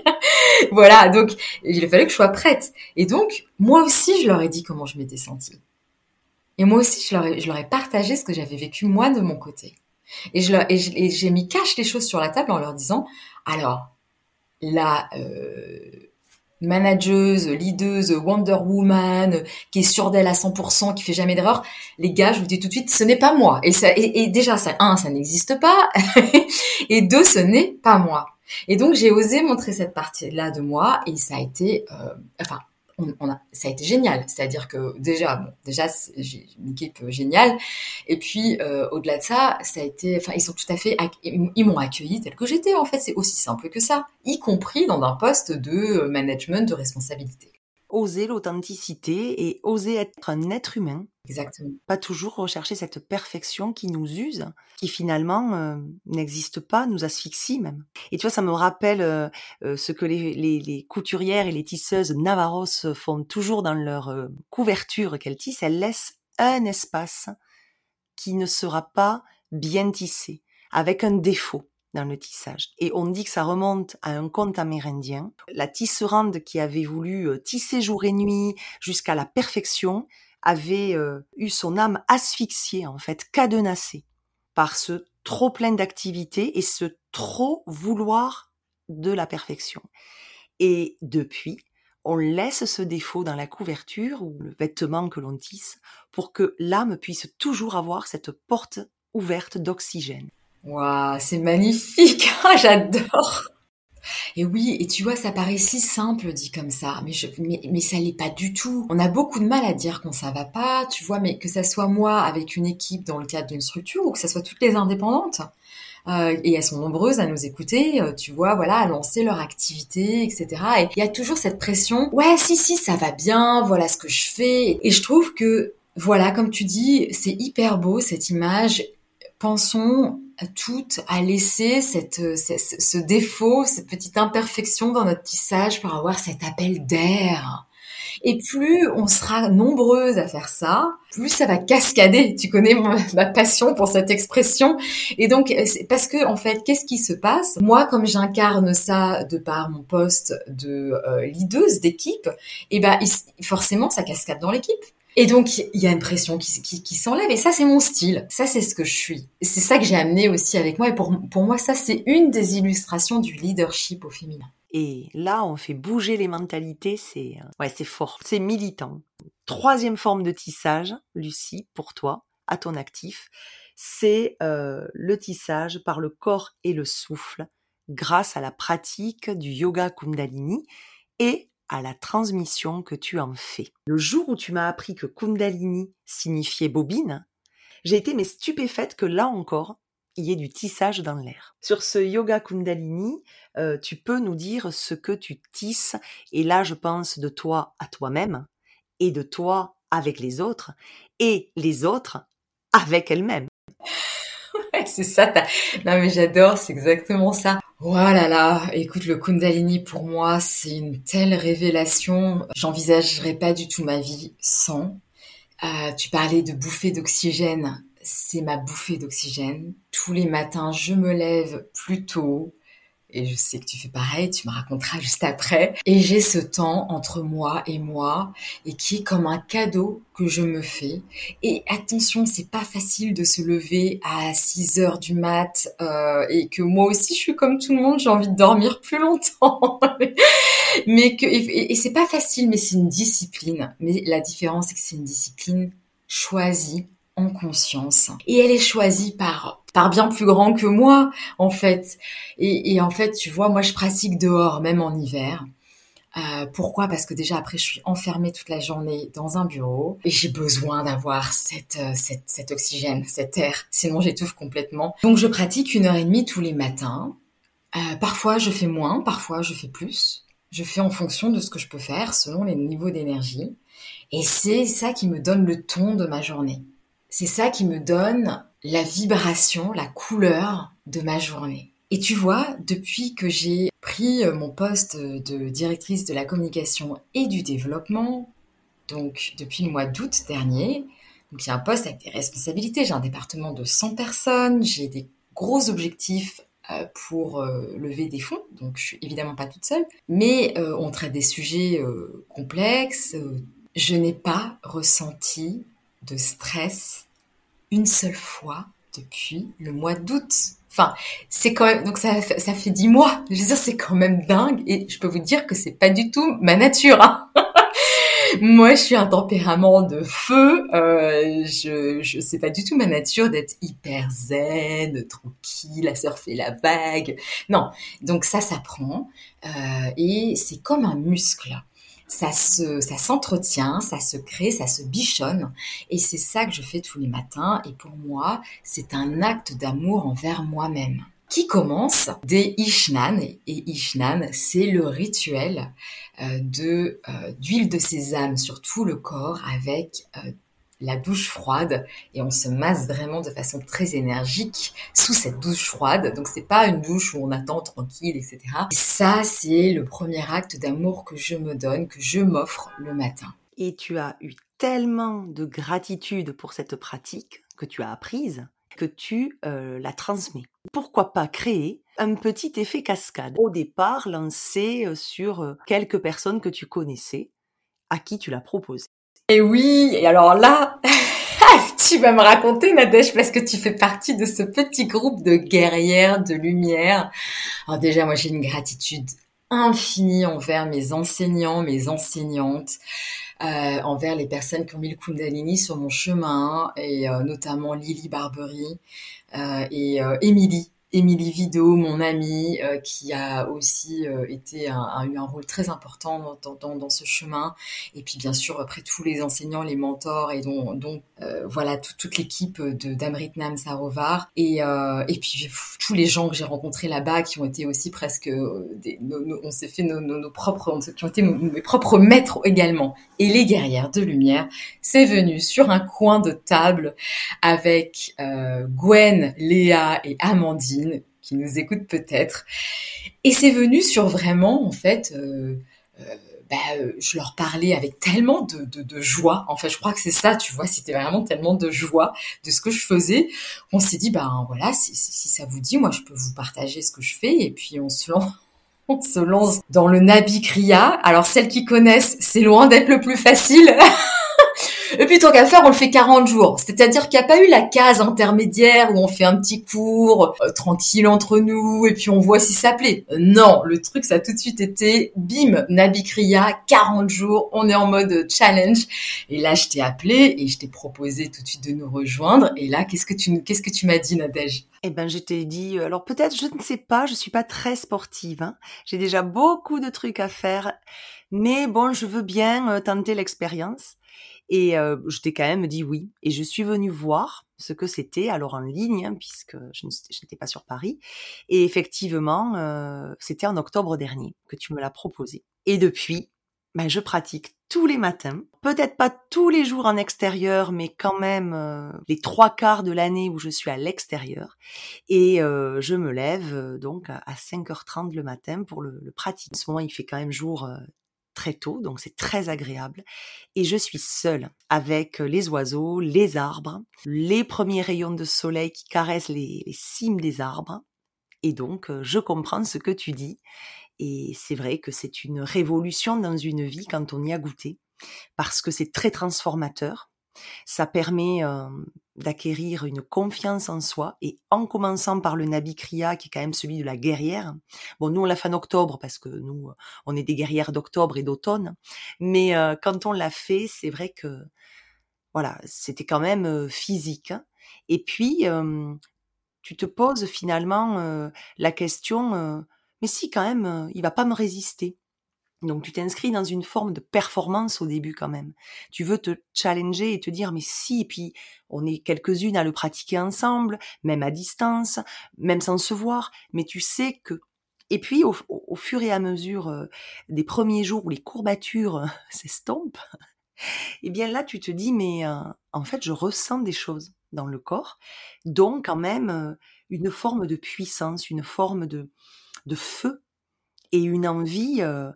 Voilà, donc il a fallu que je sois prête. Et donc, moi aussi, je leur ai dit comment je m'étais sentie. Et moi aussi, je leur ai, je leur ai partagé ce que j'avais vécu moi de mon côté. Et, je leur, et, je, et j'ai mis cache les choses sur la table en leur disant, alors, la euh, manageuse, leaduse, Wonder Woman, qui est sûre d'elle à cent pour cent, qui fait jamais d'erreur, les gars, je vous dis tout de suite, ce n'est pas moi. Et, ça, et, et déjà, ça, un, ça n'existe pas. Et deux, ce n'est pas moi. Et donc, j'ai osé montrer cette partie-là de moi et ça a été, euh, enfin, on, on a, ça a été génial. C'est-à-dire que déjà, bon, déjà, j'ai une équipe géniale. Et puis, euh, au-delà de ça, ça a été, enfin, ils sont tout à fait, ils m'ont accueilli tel que j'étais. En fait, c'est aussi simple que ça, y compris dans un poste de management de responsabilité. Oser l'authenticité et oser être un être humain. Exactement. Pas toujours rechercher cette perfection qui nous use, qui finalement euh, n'existe pas, nous asphyxie même. Et tu vois, ça me rappelle euh, euh, ce que les, les, les couturières et les tisseuses Navarros font toujours dans leur euh, couverture qu'elles tissent. Elles laissent un espace qui ne sera pas bien tissé, avec un défaut dans le tissage. Et on dit que ça remonte à un conte amérindien. La tisserande qui avait voulu euh, tisser jour et nuit jusqu'à la perfection avait euh, eu son âme asphyxiée, en fait, cadenassée par ce trop plein d'activité et ce trop vouloir de la perfection. Et depuis, on laisse ce défaut dans la couverture ou le vêtement que l'on tisse pour que l'âme puisse toujours avoir cette porte ouverte d'oxygène. Waouh, c'est magnifique, j'adore. Et oui, et tu vois, ça paraît si simple dit comme ça, mais, je, mais, mais ça l'est pas du tout. On a beaucoup de mal à dire quand ça va pas, tu vois, mais que ça soit moi avec une équipe dans le cadre d'une structure ou que ça soit toutes les indépendantes. Euh, et elles sont nombreuses à nous écouter, euh, tu vois, voilà, à lancer leur activité, et cetera. Et il y a toujours cette pression, ouais, si, si, ça va bien, voilà ce que je fais. Et je trouve que, voilà, comme tu dis, c'est hyper beau cette image. pensons toutes à laisser cette, ce, ce défaut, cette petite imperfection dans notre tissage pour avoir cet appel d'air. Et plus on sera nombreuses à faire ça, plus ça va cascader. Tu connais ma, ma passion pour cette expression. Et donc, c'est parce que, en fait, qu'est-ce qui se passe? Moi, comme j'incarne ça de par mon poste de euh, leaduse d'équipe, et ben, il, forcément, ça cascade dans l'équipe. Et donc, il y a une pression qui, qui, qui s'enlève. Et ça, c'est mon style. Ça, c'est ce que je suis. Et c'est ça que j'ai amené aussi avec moi. Et pour, pour moi, ça, c'est une des illustrations du leadership au féminin. Et là, on fait bouger les mentalités, c'est ouais, c'est fort, c'est militant. Troisième forme de tissage, Lucie, pour toi, à ton actif, c'est euh, le tissage par le corps et le souffle, grâce à la pratique du yoga Kundalini et à la transmission que tu en fais. Le jour où tu m'as appris que Kundalini signifiait bobine, j'ai été mais stupéfaite que là encore, il y ait du tissage dans l'air. Sur ce yoga Kundalini, euh, tu peux nous dire ce que tu tisses, et là je pense de toi à toi-même, et de toi avec les autres, et les autres avec elles-mêmes. Ouais, c'est ça. T'as... Non mais j'adore, c'est exactement ça. Oh là là, écoute, le Kundalini pour moi, c'est une telle révélation. J'envisagerais pas du tout ma vie sans. Euh, tu parlais de bouffée d'oxygène. C'est ma bouffée d'oxygène. Tous les matins, je me lève plus tôt. Et je sais que tu fais pareil, tu me raconteras juste après. Et j'ai ce temps entre moi et moi, et qui est comme un cadeau que je me fais. Et attention, c'est pas facile de se lever à six heures du mat, euh, et que moi aussi, je suis comme tout le monde, j'ai envie de dormir plus longtemps. mais que, et, et c'est pas facile, mais c'est une discipline. Mais la différence, c'est que c'est une discipline choisie, en conscience. Et elle est choisie par par bien plus grand que moi, en fait. Et, et en fait, tu vois, moi, je pratique dehors, même en hiver. Euh, pourquoi? Parce que déjà, après, je suis enfermée toute la journée dans un bureau et j'ai besoin d'avoir cette, euh, cette, cet oxygène, cet air. Sinon, j'étouffe complètement. Donc, je pratique une heure et demie tous les matins. Euh, parfois, je fais moins, parfois, je fais plus. Je fais en fonction de ce que je peux faire, selon les niveaux d'énergie. Et c'est ça qui me donne le ton de ma journée. C'est ça qui me donne la vibration, la couleur de ma journée. Et tu vois, depuis que j'ai pris mon poste de directrice de la communication et du développement, donc depuis le mois d'août dernier, donc j'ai un poste avec des responsabilités, j'ai un département de cent personnes, j'ai des gros objectifs pour euh, lever des fonds, donc je suis évidemment pas toute seule, mais euh, on traite des sujets euh, complexes. Je n'ai pas ressenti de stress une seule fois depuis le mois d'août. Enfin, c'est quand même, donc ça, ça fait dix mois. Je veux dire, c'est quand même dingue. Et je peux vous dire que c'est pas du tout ma nature, hein. Moi, je suis un tempérament de feu. Euh, je, je, c'est pas du tout ma nature d'être hyper zen, tranquille, à surfer la vague. Non. Donc ça, ça prend. Euh, et c'est comme un muscle. Ça se, ça s'entretient, ça se crée, ça se bichonne. Et c'est ça que je fais tous les matins. Et pour moi, c'est un acte d'amour envers moi-même, qui commence dès Ishnan. Et Ishnan, c'est le rituel euh, de, euh, d'huile de sésame sur tout le corps avec euh, la douche froide, et on se masse vraiment de façon très énergique sous cette douche froide. Donc c'est pas une douche où on attend tranquille, et cetera. Et ça, c'est le premier acte d'amour que je me donne, que je m'offre le matin. Et tu as eu tellement de gratitude pour cette pratique que tu as apprise, que tu euh, la transmets. Pourquoi pas créer un petit effet cascade, au départ lancé sur quelques personnes que tu connaissais, à qui tu l'as proposé. Et oui, et alors là, tu vas me raconter, Nadège, parce que tu fais partie de ce petit groupe de guerrières de lumière. Alors déjà, moi, j'ai une gratitude infinie envers mes enseignants, mes enseignantes, euh, envers les personnes qui ont mis le Kundalini sur mon chemin, et euh, notamment Lily Barbery euh, et euh, Émilie. Émilie Vido, mon amie, euh, qui a aussi euh, été un, a eu un rôle très important dans, dans, dans ce chemin. Et puis bien sûr, après tous les enseignants, les mentors, et dont, dont euh, voilà tout, toute l'équipe de d'Amritnam Sarovar. Et euh, et puis pff, tous les gens que j'ai rencontrés là-bas, qui ont été aussi presque euh, des, nos, nos, on s'est fait nos, nos, nos propres, qui ont été nos, mes propres maîtres également. Et les guerrières de lumière, c'est venu sur un coin de table avec euh, Gwen, Léa et Amandine, qui nous écoutent peut-être. Et c'est venu sur vraiment, en fait, euh, euh, bah, euh, je leur parlais avec tellement de, de, de joie. En fait, je crois que c'est ça, tu vois, c'était vraiment tellement de joie de ce que je faisais. On s'est dit, ben voilà, si, si, si ça vous dit, moi, je peux vous partager ce que je fais. Et puis, on se lance. On se lance dans le Nabi Kriya. Alors, celles qui connaissent, c'est loin d'être le plus facile. Et puis, tant qu'à faire, on le fait quarante jours. C'est-à-dire qu'il n'y a pas eu la case intermédiaire où on fait un petit cours, euh, tranquille entre nous, et puis on voit si ça plaît. Non, le truc, ça a tout de suite été, bim, Nabi Kriya, quarante jours, on est en mode challenge. Et là, je t'ai appelé et je t'ai proposé tout de suite de nous rejoindre. Et là, qu'est-ce que tu, qu'est-ce que tu m'as dit, Nadège? Eh ben, je t'ai dit, alors peut-être, je ne sais pas, je suis pas très sportive, hein. J'ai déjà beaucoup de trucs à faire, mais bon, je veux bien euh, tenter l'expérience. Et euh, je t'ai quand même dit oui. Et je suis venue voir ce que c'était, alors en ligne, hein, puisque je n'étais pas sur Paris. Et effectivement, euh, c'était en octobre dernier que tu me l'as proposé. Et depuis, ben, je pratique tous les matins. Peut-être pas tous les jours en extérieur, mais quand même euh, les trois quarts de l'année où je suis à l'extérieur. Et euh, je me lève euh, donc à cinq heures trente le matin pour le, le pratiquer. En ce moment, il fait quand même jour euh, très tôt, donc c'est très agréable. Et je suis seule avec les oiseaux, les arbres, les premiers rayons de soleil qui caressent les, les cimes des arbres. Et donc, euh, je comprends ce que tu dis. Et c'est vrai que c'est une révolution dans une vie quand on y a goûté, parce que c'est très transformateur. Ça permet euh, d'acquérir une confiance en soi, et en commençant par le Nabi Kriya, qui est quand même celui de la guerrière. Bon, nous, on l'a fait en octobre, parce que nous, on est des guerrières d'octobre et d'automne. Mais euh, quand on l'a fait, c'est vrai que, voilà, c'était quand même euh, physique. Et puis, euh, tu te poses finalement euh, la question, euh, mais si quand même, euh, il va pas me résister. Donc tu t'inscris dans une forme de performance au début quand même. Tu veux te challenger et te dire mais si, et puis on est quelques-unes à le pratiquer ensemble, même à distance, même sans se voir, mais tu sais que... Et puis au, au, au fur et à mesure euh, des premiers jours où les courbatures euh, s'estompent, et bien là tu te dis mais euh, en fait je ressens des choses dans le corps, donc quand même euh, une forme de puissance, une forme de, de feu et une envie... Euh,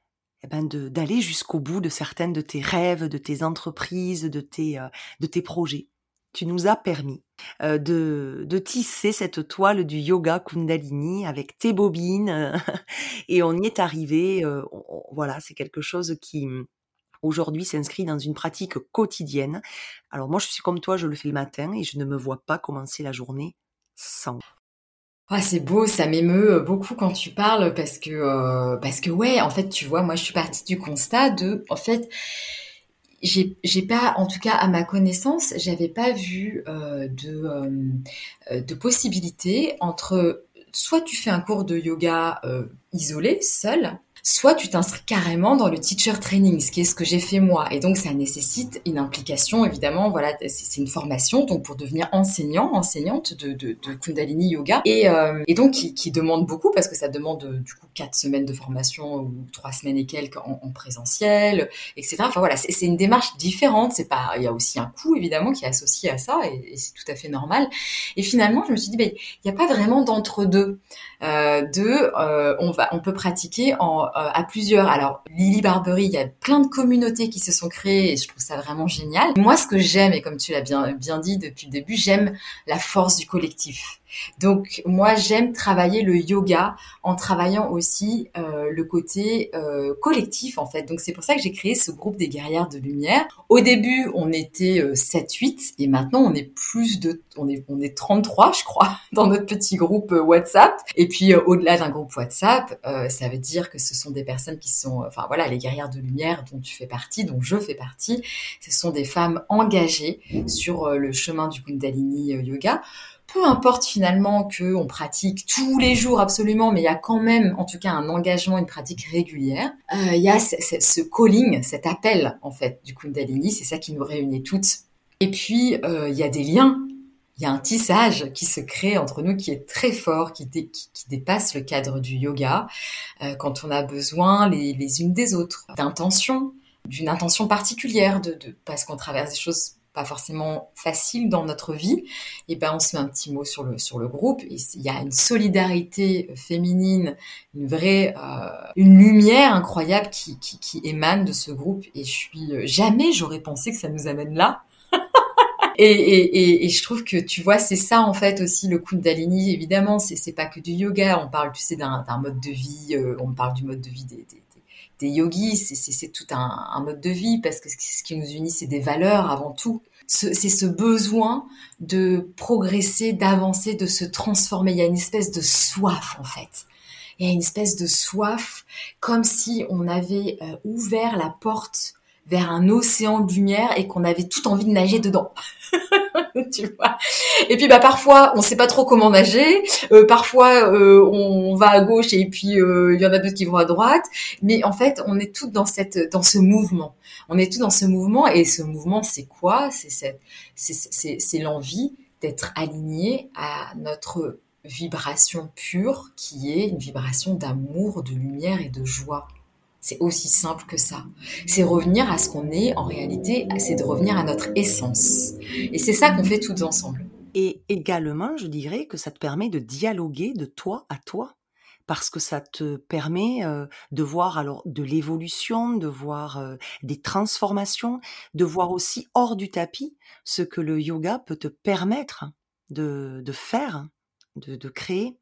eh ben de, d'aller jusqu'au bout de certaines de tes rêves, de tes entreprises, de tes, euh, de tes projets. Tu nous as permis euh, de, de tisser cette toile du yoga Kundalini avec tes bobines euh, et on y est arrivé. Euh, on, on, voilà, c'est quelque chose qui aujourd'hui s'inscrit dans une pratique quotidienne. Alors moi, je suis comme toi, je le fais le matin et je ne me vois pas commencer la journée sans. Ah, c'est beau, ça m'émeut beaucoup quand tu parles parce que euh, parce que ouais, en fait, tu vois, moi je suis partie du constat de en fait j'ai j'ai pas, en tout cas à ma connaissance, j'avais pas vu euh, de euh, de possibilité entre soit tu fais un cours de yoga euh, isolé, seul, soit tu t'inscris carrément dans le teacher training, ce qui est ce que j'ai fait moi. Et donc, ça nécessite une implication, évidemment. Voilà, c'est une formation, donc pour devenir enseignant, enseignante de, de, de Kundalini Yoga. Et, euh, et donc, qui, qui demande beaucoup, parce que ça demande du coup quatre semaines de formation ou trois semaines et quelques en, en présentiel, et cetera. Enfin voilà, c'est, c'est une démarche différente. C'est pas, il y a aussi un coût, évidemment, qui est associé à ça, et, et c'est tout à fait normal. Et finalement, je me suis dit, ben, il n'y a pas vraiment d'entre-deux. Euh, de, euh, on va, on peut pratiquer en à plusieurs. Alors, Lily Barbery, il y a plein de communautés qui se sont créées et je trouve ça vraiment génial. Moi, ce que j'aime, et comme tu l'as bien, bien dit depuis le début, j'aime la force du collectif. Donc, moi, j'aime travailler le yoga en travaillant aussi euh, le côté euh, collectif, en fait. Donc, c'est pour ça que j'ai créé ce groupe des guerrières de lumière. Au début, on était euh, sept huit et maintenant, on est plus de... On est, on est trente-trois, je crois, dans notre petit groupe euh, WhatsApp. Et puis, euh, au-delà d'un groupe WhatsApp, euh, ça veut dire que ce sont des personnes qui sont, enfin voilà, les guerrières de lumière dont tu fais partie, dont je fais partie. Ce sont des femmes engagées sur le chemin du Kundalini Yoga. Peu importe finalement qu'on pratique tous les jours absolument, mais il y a quand même, en tout cas, un engagement, une pratique régulière. Euh, il y a ce, ce, ce calling, cet appel en fait du Kundalini, c'est ça qui nous réunit toutes. Et puis euh, il y a des liens, il y a un tissage qui se crée entre nous qui est très fort, qui, dé, qui, qui dépasse le cadre du yoga, euh, quand on a besoin les, les unes des autres, d'intention, d'une intention particulière, de, de parce qu'on traverse des choses pas forcément facile dans notre vie, et ben on se met un petit mot sur le sur le groupe. Et il y a une solidarité féminine, une vraie euh, une lumière incroyable qui, qui qui émane de ce groupe. Et je suis jamais j'aurais pensé que ça nous amène là. Et, et, et, et je trouve que tu vois, c'est ça en fait aussi le Kundalini. Évidemment, c'est c'est pas que du yoga. On parle, tu sais, d'un, d'un mode de vie. Euh, on parle du mode de vie des, des des yogis, c'est, c'est, c'est tout un, un mode de vie, parce que ce qui nous unit, c'est des valeurs avant tout. Ce, c'est ce besoin de progresser, d'avancer, de se transformer. Il y a une espèce de soif, en fait. Il y a une espèce de soif, comme si on avait euh, ouvert la porte vers un océan de lumière et qu'on avait tout envie de nager dedans. Tu vois. Et puis bah parfois on sait pas trop comment nager, euh, parfois euh, on va à gauche et puis euh, il y en a d'autres qui vont à droite, mais en fait on est toutes dans cette dans ce mouvement. On est tous dans ce mouvement, et ce mouvement c'est quoi ? C'est cette c'est c'est c'est l'envie d'être aligné à notre vibration pure, qui est une vibration d'amour, de lumière et de joie. C'est aussi simple que ça. C'est revenir à ce qu'on est en réalité, c'est de revenir à notre essence. Et c'est ça qu'on fait toutes ensemble. Et également, je dirais que ça te permet de dialoguer de toi à toi, parce que ça te permet euh, de voir alors de l'évolution, de voir euh, des transformations, de voir aussi hors du tapis ce que le yoga peut te permettre de, de faire, de, de créer.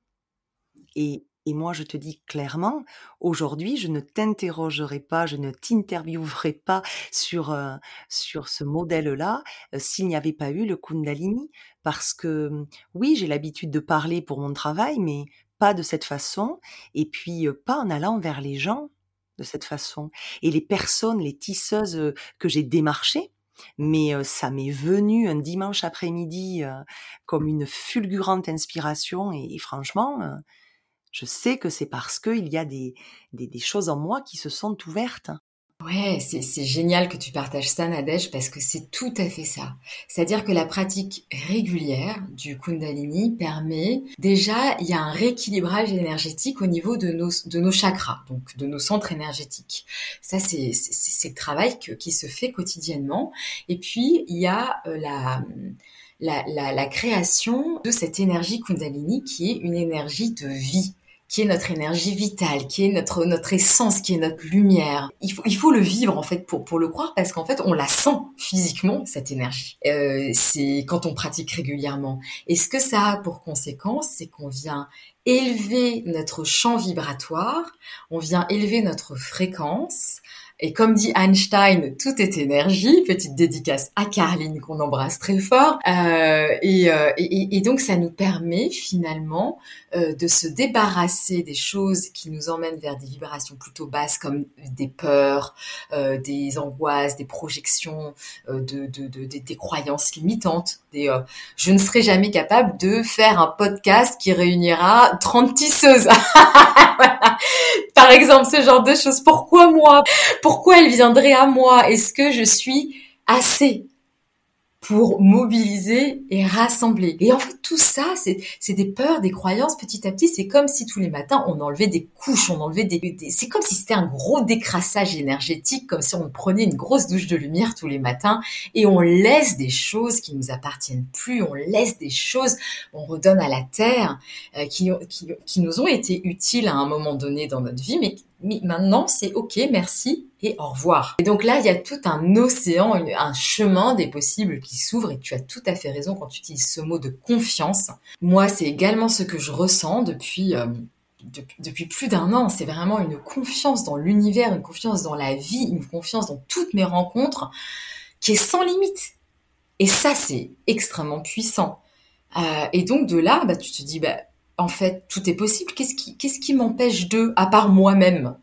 Et Et moi, je te dis clairement, aujourd'hui, je ne t'interrogerai pas, je ne t'interviewerai pas sur, euh, sur ce modèle-là euh, s'il n'y avait pas eu le Kundalini. Parce que oui, j'ai l'habitude de parler pour mon travail, mais pas de cette façon. Et puis, euh, pas en allant vers les gens de cette façon. Et les personnes, les tisseuses euh, que j'ai démarchées, mais euh, ça m'est venu un dimanche après-midi euh, comme une fulgurante inspiration. Et, et franchement... euh, je sais que c'est parce qu'il y a des, des, des choses en moi qui se sont ouvertes. Ouais, c'est, c'est génial que tu partages ça, Nadège, parce que c'est tout à fait ça. C'est-à-dire que la pratique régulière du Kundalini permet, déjà, il y a un rééquilibrage énergétique au niveau de nos, de nos chakras, donc de nos centres énergétiques. Ça, c'est, c'est, c'est le travail que, qui se fait quotidiennement. Et puis, il y a euh, la... La, la, la création de cette énergie Kundalini qui est une énergie de vie, qui est notre énergie vitale, qui est notre notre essence, qui est notre lumière. Il faut il faut le vivre en fait pour pour le croire, parce qu'en fait on la sent physiquement, cette énergie. Euh, c'est quand on pratique régulièrement. Et ce que ça a pour conséquence, c'est qu'on vient élever notre champ vibratoire, on vient élever notre fréquence. Et comme dit Einstein, tout est énergie. Petite dédicace à Carline qu'on embrasse très fort. Euh, et, euh, et, et donc ça nous permet finalement euh, de se débarrasser des choses qui nous emmènent vers des vibrations plutôt basses, comme des peurs, euh, des angoisses, des projections, euh, de, de, de, de, des croyances limitantes. Des, euh, je ne serai jamais capable de faire un podcast qui réunira trente tisseuses. Voilà. Par exemple, ce genre de choses. Pourquoi moi ? Pourquoi elle viendrait à moi ? Est-ce que je suis assez pour mobiliser et rassembler ? Et en fait, tout ça, c'est, c'est des peurs, des croyances. Petit à petit, c'est comme si tous les matins, on enlevait des couches, on enlevait des... des c'est comme si c'était un gros décrassage énergétique, comme si on prenait une grosse douche de lumière tous les matins, et on laisse des choses qui nous appartiennent plus, on laisse des choses, on redonne à la terre, euh, qui, qui, qui nous ont été utiles à un moment donné dans notre vie, mais mais maintenant, c'est OK, merci et au revoir. Et donc là, il y a tout un océan, un chemin des possibles qui s'ouvre, et tu as tout à fait raison quand tu utilises ce mot de confiance. Moi, c'est également ce que je ressens depuis, euh, depuis, depuis plus d'un an. C'est vraiment une confiance dans l'univers, une confiance dans la vie, une confiance dans toutes mes rencontres qui est sans limite. Et ça, c'est extrêmement puissant. Euh, et donc de là, bah, tu te dis... bah en fait, tout est possible. Qu'est-ce qui, qu'est-ce qui m'empêche de, à part moi-même ?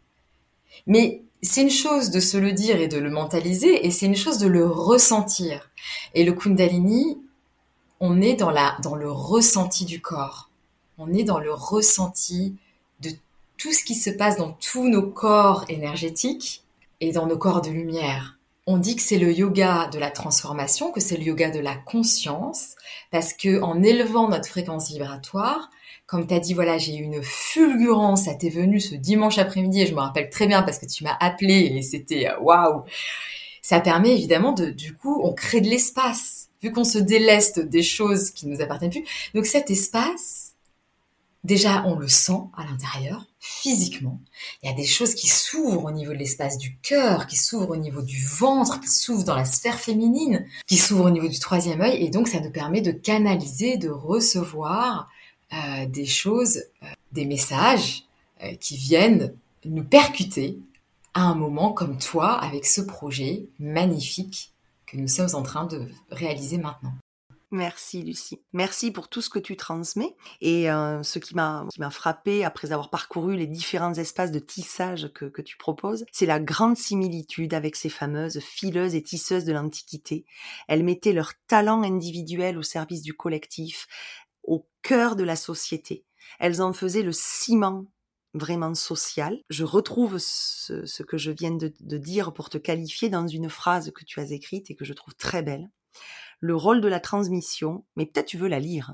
Mais c'est une chose de se le dire et de le mentaliser, et c'est une chose de le ressentir. Et le Kundalini, on est dans la, dans le ressenti du corps. On est dans le ressenti de tout ce qui se passe dans tous nos corps énergétiques et dans nos corps de lumière. On dit que c'est le yoga de la transformation, que c'est le yoga de la conscience, parce que en élevant notre fréquence vibratoire, comme tu as dit, voilà, j'ai eu une fulgurance, ça t'est venu ce dimanche après-midi, et je me rappelle très bien parce que tu m'as appelé et c'était waouh. Ça permet évidemment de, du coup, on crée de l'espace, vu qu'on se déleste des choses qui nous appartiennent plus. Donc cet espace, déjà, on le sent à l'intérieur, physiquement. Il y a des choses qui s'ouvrent au niveau de l'espace du cœur, qui s'ouvrent au niveau du ventre, qui s'ouvrent dans la sphère féminine, qui s'ouvrent au niveau du troisième œil. Et donc, ça nous permet de canaliser, de recevoir euh, des choses, euh, des messages euh, qui viennent nous percuter à un moment comme toi, avec ce projet magnifique que nous sommes en train de réaliser maintenant. Merci Lucie. Merci pour tout ce que tu transmets. Et euh, ce qui m'a qui m'a frappé après avoir parcouru les différents espaces de tissage que, que tu proposes, c'est la grande similitude avec ces fameuses fileuses et tisseuses de l'Antiquité. Elles mettaient leur talent individuel au service du collectif, au cœur de la société. Elles en faisaient le ciment vraiment social. Je retrouve ce, ce que je viens de, de dire pour te qualifier dans une phrase que tu as écrite et que je trouve très belle. Le rôle de la transmission, mais peut-être tu veux la lire.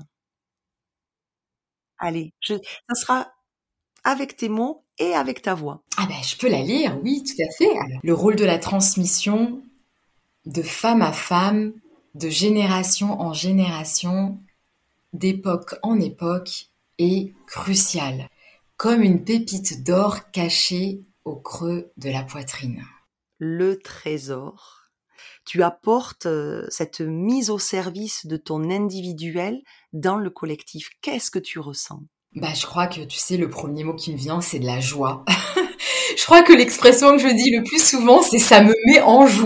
Allez, je, ça sera avec tes mots et avec ta voix. Ah ben, je peux la lire, oui, tout à fait. Alors, le rôle de la transmission, de femme à femme, de génération en génération, d'époque en époque, est crucial, comme une pépite d'or cachée au creux de la poitrine. Le trésor. Tu apportes euh, cette mise au service de ton individuel dans le collectif. Qu'est-ce que tu ressens ? Bah, je crois que, tu sais, le premier mot qui me vient, c'est de la joie. Je crois que l'expression que je dis le plus souvent, c'est « ça me met en joie ».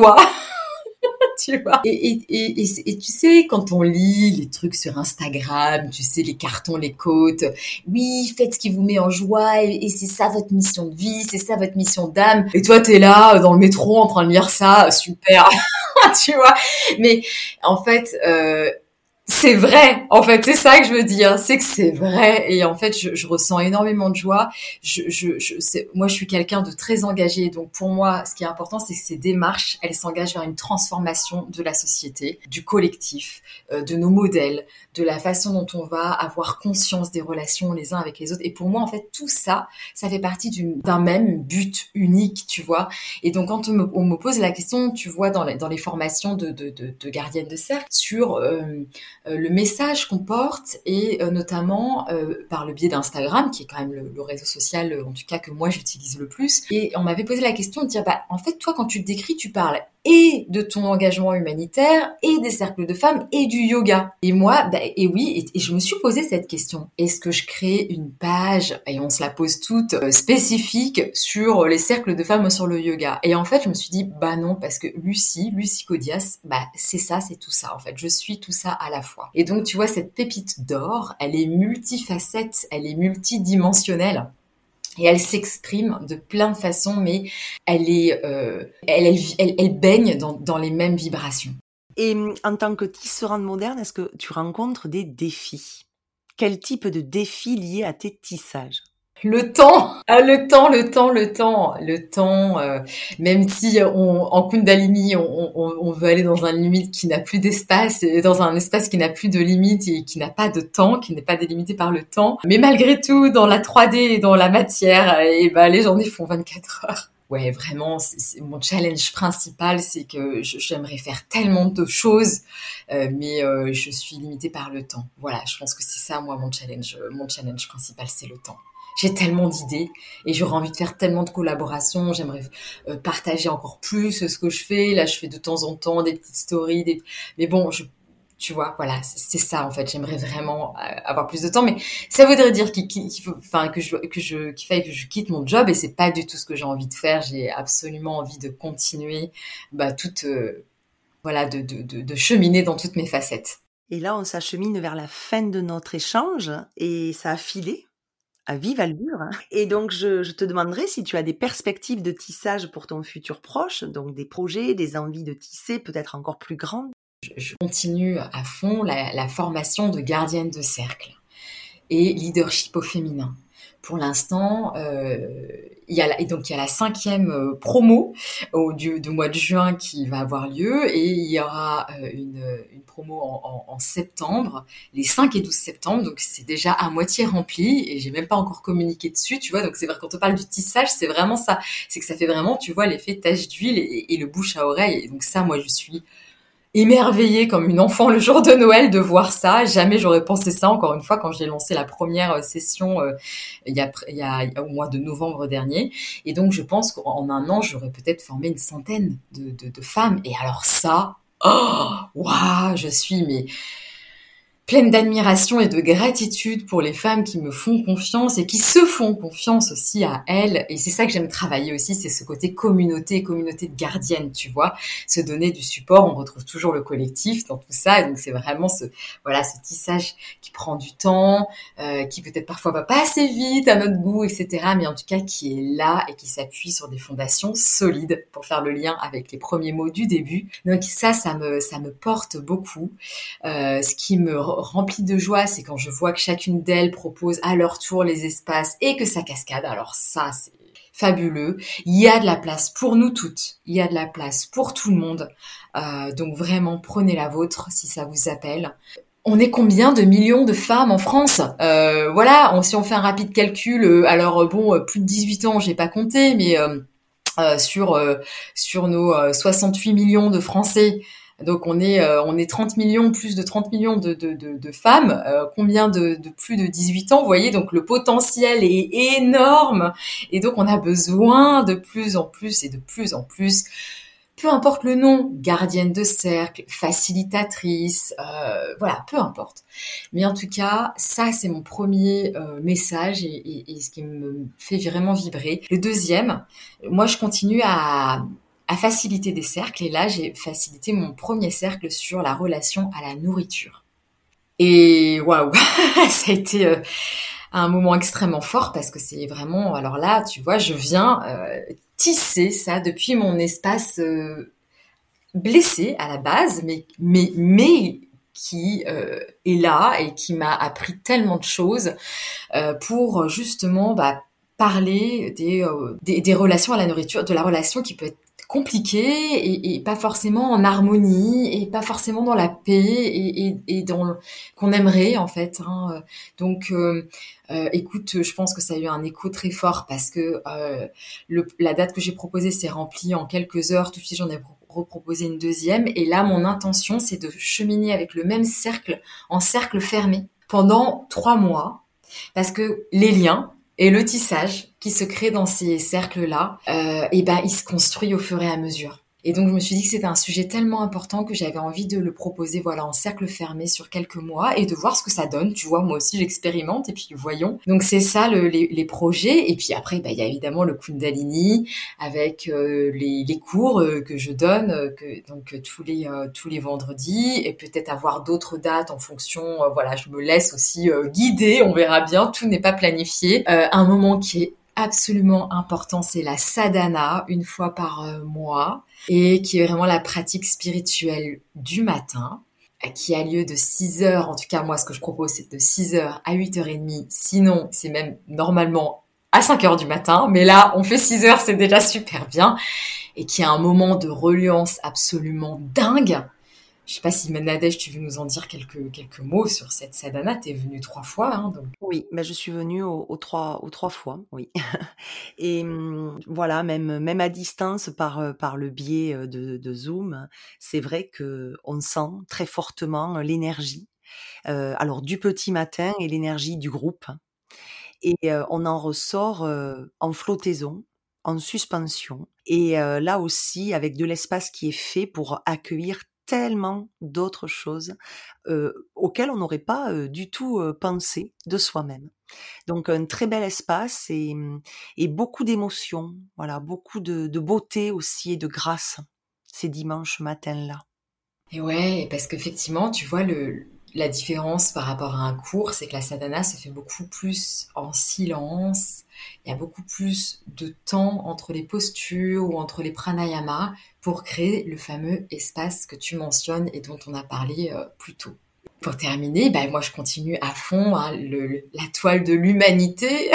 Tu vois. Et, et, et, et, et tu sais, quand on lit les trucs sur Instagram, tu sais, les cartons, les quotes, oui, faites ce qui vous met en joie, et, et c'est ça votre mission de vie, c'est ça votre mission d'âme. Et toi, t'es là, dans le métro, en train de lire ça, super, tu vois. Mais en fait, euh, c'est vrai, en fait, c'est ça que je veux dire, c'est que c'est vrai, et en fait, je, je ressens énormément de joie. Je, je, je, c'est, moi, je suis quelqu'un de très engagé, donc pour moi, ce qui est important, c'est que ces démarches, elles s'engagent vers une transformation de la société, du collectif, euh, de nos modèles, de la façon dont on va avoir conscience des relations les uns avec les autres. Et pour moi, en fait, tout ça, ça fait partie d'une, d'un même but unique, tu vois. Et donc, quand on me, on me pose la question, tu vois, dans les, dans les formations de, de, de, de gardiennes de cercle, sur euh, euh, le message qu'on porte, et euh, notamment euh, par le biais d'Instagram, qui est quand même le, le réseau social, en tout cas, que moi, j'utilise le plus. Et on m'avait posé la question de dire, bah, en fait, toi, quand tu te décris, tu parles et de ton engagement humanitaire, et des cercles de femmes, et du yoga. Et moi, bah, et oui, et, et je me suis posé cette question. Est-ce que je crée une page, et on se la pose toute, euh, spécifique sur les cercles de femmes sur le yoga? Et en fait, je me suis dit, bah non, parce que Lucie, Lucie Codias, bah, c'est ça, c'est tout ça, en fait. Je suis tout ça à la fois. Et donc, tu vois, cette pépite d'or, elle est multifacette, elle est multidimensionnelle. Et elle s'exprime de plein de façons, mais elle est, euh, elle, elle, elle, elle baigne dans, dans les mêmes vibrations. Et en tant que tisserande moderne, est-ce que tu rencontres des défis ? Quel type de défis liés à tes tissages ? Le temps, ah, le temps, le temps, le temps, le temps. Euh, même si on, en Kundalini, on, on, on veut aller dans un limite qui n'a plus d'espace, dans un espace qui n'a plus de limite et qui n'a pas de temps, qui n'est pas délimité par le temps. Mais malgré tout, dans la trois D et dans la matière, et ben les journées font vingt-quatre heures. Ouais, vraiment, c'est, c'est mon challenge principal, c'est que je, j'aimerais faire tellement de choses, euh, mais euh, je suis limitée par le temps. Voilà, je pense que c'est ça, moi, mon challenge, mon challenge principal, c'est le temps. J'ai tellement d'idées et j'aurais envie de faire tellement de collaborations. J'aimerais euh, partager encore plus ce que je fais. Là, je fais de temps en temps des petites stories, des... mais bon, je, tu vois, voilà, c'est, c'est ça en fait. J'aimerais vraiment euh, avoir plus de temps, mais ça voudrait dire qu'il, qu'il faut, enfin, que je, que je, qu'il faille que je quitte mon job, et c'est pas du tout ce que j'ai envie de faire. J'ai absolument envie de continuer, bah, toute, euh, voilà, de, de, de, de cheminer dans toutes mes facettes. Et là, on s'achemine vers la fin de notre échange et ça a filé. à vive allure, hein. Et donc je je te demanderais si tu as des perspectives de tissage pour ton futur proche, donc des projets, des envies de tisser peut-être encore plus grandes? Je continue à fond la, la formation de gardienne de cercle et leadership au féminin. Pour l'instant, euh, il y a la, et donc il y a la cinquième euh, promo au du, du mois de juin qui va avoir lieu et il y aura euh, une, une promo en, en, en septembre, les cinq et douze septembre. Donc c'est déjà à moitié rempli et j'ai même pas encore communiqué dessus, tu vois. Donc c'est vrai quand on parle du tissage, c'est vraiment ça, c'est que ça fait vraiment, tu vois, l'effet tache d'huile et, et le bouche à oreille. Et donc ça, moi je suis émerveillée comme une enfant le jour de Noël de voir ça. Jamais j'aurais pensé ça, encore une fois, quand j'ai lancé la première session euh, il, y a, il, y a, il y a au mois de novembre dernier. Et donc, je pense qu'en un an, j'aurais peut-être formé une centaine de, de, de femmes. Et alors ça, oh, waouh, je suis mais pleine d'admiration et de gratitude pour les femmes qui me font confiance et qui se font confiance aussi à elles. Et c'est ça que j'aime travailler aussi, c'est ce côté communauté, communauté de gardiennes, tu vois, se donner du support. On retrouve toujours le collectif dans tout ça. Et donc c'est vraiment ce, voilà, ce tissage qui prend du temps, euh, qui peut-être parfois va pas assez vite à notre goût, et cetera. Mais en tout cas qui est là et qui s'appuie sur des fondations solides pour faire le lien avec les premiers mots du début. Donc ça, ça me, ça me porte beaucoup. Euh, ce qui me rempli de joie, c'est quand je vois que chacune d'elles propose à leur tour les espaces et que ça cascade. Alors ça, c'est fabuleux. Il y a de la place pour nous toutes. Il y a de la place pour tout le monde. Euh, donc vraiment, prenez la vôtre si ça vous appelle. On est combien de millions de femmes en France? euh, Voilà, on, si on fait un rapide calcul, euh, alors bon, euh, plus de dix-huit ans, j'ai pas compté, mais euh, euh, sur euh, sur nos euh, soixante-huit millions de Français. Donc on est euh, on est trente millions, plus de trente millions de de de, de femmes. Euh, combien de, de plus de dix-huit ans, vous voyez, donc le potentiel est énorme et donc on a besoin de plus en plus et de plus en plus. Peu importe le nom, gardienne de cercle, facilitatrice, euh, voilà, peu importe. Mais en tout cas, ça c'est mon premier euh, message et, et, et ce qui me fait vraiment vibrer. Le deuxième, moi je continue à à faciliter des cercles et là j'ai facilité mon premier cercle sur la relation à la nourriture. Et waouh, ça a été euh, un moment extrêmement fort parce que c'est vraiment, alors là tu vois, je viens euh, tisser ça depuis mon espace euh, blessé à la base, mais mais mais qui euh, est là et qui m'a appris tellement de choses euh, pour justement bah, parler des, euh, des des relations à la nourriture, de la relation qui peut être compliquée et, et pas forcément en harmonie et pas forcément dans la paix et, et, et dans le, qu'on aimerait en fait. Hein. Donc, euh, euh, écoute, je pense que ça a eu un écho très fort parce que euh, le, la date que j'ai proposée s'est remplie en quelques heures. Tout de suite, j'en ai reproposé une deuxième et là, mon intention, c'est de cheminer avec le même cercle en cercle fermé pendant trois mois parce que les liens et le tissage qui se crée dans ces cercles-là, euh, et ben, il se construit au fur et à mesure. Et donc, je me suis dit que c'était un sujet tellement important que j'avais envie de le proposer, voilà, en cercle fermé sur quelques mois et de voir ce que ça donne. Tu vois, moi aussi, j'expérimente et puis voyons. Donc, c'est ça le, les, les projets. Et puis après, bah, il y a évidemment le Kundalini avec euh, les, les cours euh, que je donne, euh, que, donc tous les euh, tous les vendredis et peut-être avoir d'autres dates en fonction. Euh, voilà, je me laisse aussi euh, guider. On verra bien. Tout n'est pas planifié. Euh, un moment qui est absolument important, c'est la sadhana, une fois par euh, mois, et qui est vraiment la pratique spirituelle du matin, qui a lieu de six heures, en tout cas moi ce que je propose c'est de six heures à huit heures trente, sinon c'est même normalement à cinq heures du matin, mais là on fait six heures, c'est déjà super bien, et qui a un moment de reliance absolument dingue. Je sais pas si Nadège, tu veux nous en dire quelques quelques mots sur cette sadhana. T'es venue trois fois, hein, donc. Oui, mais je suis venue aux, aux trois aux trois fois, oui. Et hum, voilà, même même à distance par euh, par le biais euh, de, de Zoom, c'est vrai que on sent très fortement l'énergie. Euh, alors du petit matin et l'énergie du groupe. Et euh, on en ressort euh, en flottaison, en suspension. Et euh, là aussi, avec de l'espace qui est fait pour accueillir tellement d'autres choses euh, auxquelles on n'aurait pas euh, du tout euh, pensé de soi-même. Donc un très bel espace et, et beaucoup d'émotions, voilà, beaucoup de, de beauté aussi et de grâce ces dimanches matins-là. Et ouais, parce qu'effectivement, tu vois, le, La différence par rapport à un cours, c'est que la sadhana se fait beaucoup plus en silence. Il y a beaucoup plus de temps entre les postures ou entre les pranayamas pour créer le fameux espace que tu mentionnes et dont on a parlé euh, plus tôt. Pour terminer, bah, moi je continue à fond hein, le, le, la toile de l'humanité.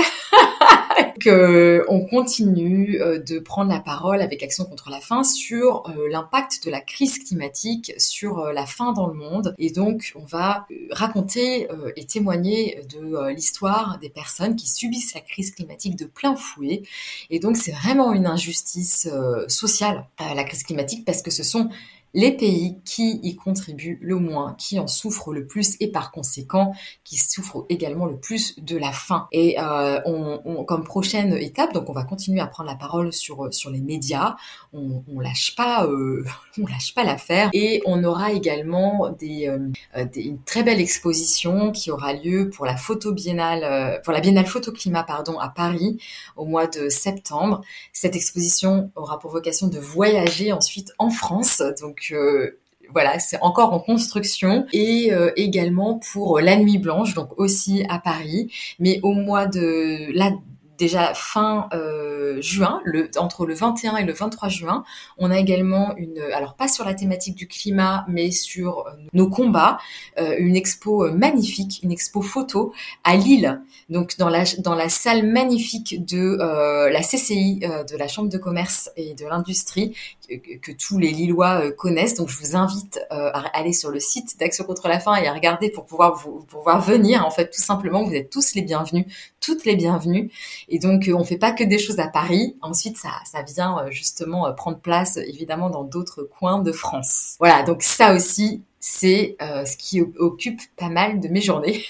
que on continue euh, de prendre la parole avec Action contre la faim sur euh, l'impact de la crise climatique sur euh, la faim dans le monde. Et donc, on va euh, raconter euh, et témoigner de euh, l'histoire des personnes qui subissent la crise climatique de plein fouet. Et donc, c'est vraiment une injustice euh, sociale, euh, la crise climatique, parce que ce sont les pays qui y contribuent le moins, qui en souffrent le plus et par conséquent qui souffrent également le plus de la faim. Et euh, on, on, comme prochaine étape, donc on va continuer à prendre la parole sur sur les médias. On, on lâche pas, euh, on lâche pas l'affaire. Et on aura également des, euh, des une très belle exposition qui aura lieu pour la photo biennale, euh, pour la biennale photoclimat pardon à Paris au mois de septembre. Cette exposition aura pour vocation de voyager ensuite en France. Donc Donc euh, voilà, c'est encore en construction et euh, également pour la Nuit Blanche, donc aussi à Paris, mais au mois de là déjà fin euh, juin, le, entre le vingt et un et le vingt-trois juin, on a également une, alors pas sur la thématique du climat, mais sur euh, nos combats, euh, une expo magnifique, une expo photo à Lille, donc dans la dans la salle magnifique de euh, la C C I, euh, de la Chambre de commerce et de l'industrie, que, que tous les Lillois euh, connaissent. Donc je vous invite euh, à aller sur le site d'Action contre la faim et à regarder pour pouvoir vous pour pouvoir venir. En fait, tout simplement, vous êtes tous les bienvenus, toutes les bienvenues. Et donc, on fait pas que des choses à Paris. Ensuite, ça, ça vient justement prendre place, évidemment, dans d'autres coins de France. Voilà, donc ça aussi, c'est euh, ce qui occupe pas mal de mes journées.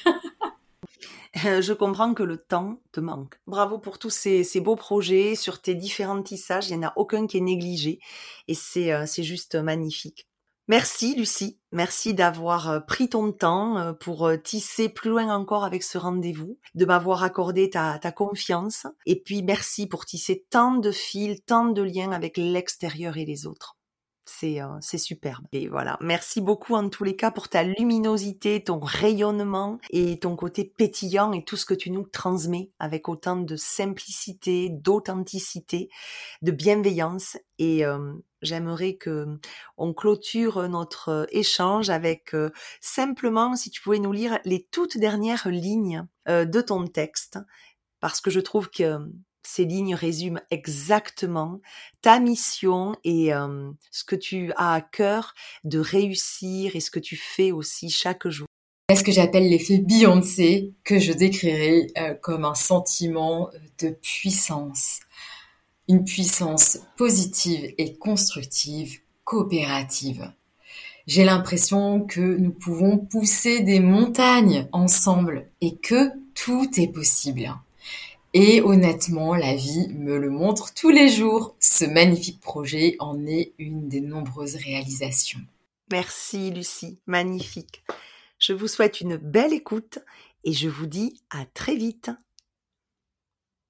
Je comprends que le temps te manque. Bravo pour tous ces, ces beaux projets, sur tes différents tissages. Il n'y en a aucun qui est négligé. Et c'est, euh, c'est juste magnifique. Merci Lucie, merci d'avoir pris ton temps pour tisser plus loin encore avec ce rendez-vous, de m'avoir accordé ta, ta confiance, et puis merci pour tisser tant de fils, tant de liens avec l'extérieur et les autres. C'est, euh, c'est superbe. Et voilà, merci beaucoup en tous les cas pour ta luminosité, ton rayonnement et ton côté pétillant et tout ce que tu nous transmets avec autant de simplicité, d'authenticité, de bienveillance. Et euh, j'aimerais que on clôture notre échange avec euh, simplement, si tu pouvais nous lire les toutes dernières lignes euh, de ton texte, parce que je trouve que ces lignes résument exactement ta mission et euh, ce que tu as à cœur de réussir et ce que tu fais aussi chaque jour. C'est ce que j'appelle l'effet Beyoncé, que je décrirais euh, comme un sentiment de puissance. Une puissance positive et constructive, coopérative. J'ai l'impression que nous pouvons pousser des montagnes ensemble et que tout est possible. Et honnêtement, la vie me le montre tous les jours. Ce magnifique projet en est une des nombreuses réalisations. Merci Lucie, magnifique. Je vous souhaite une belle écoute et je vous dis à très vite.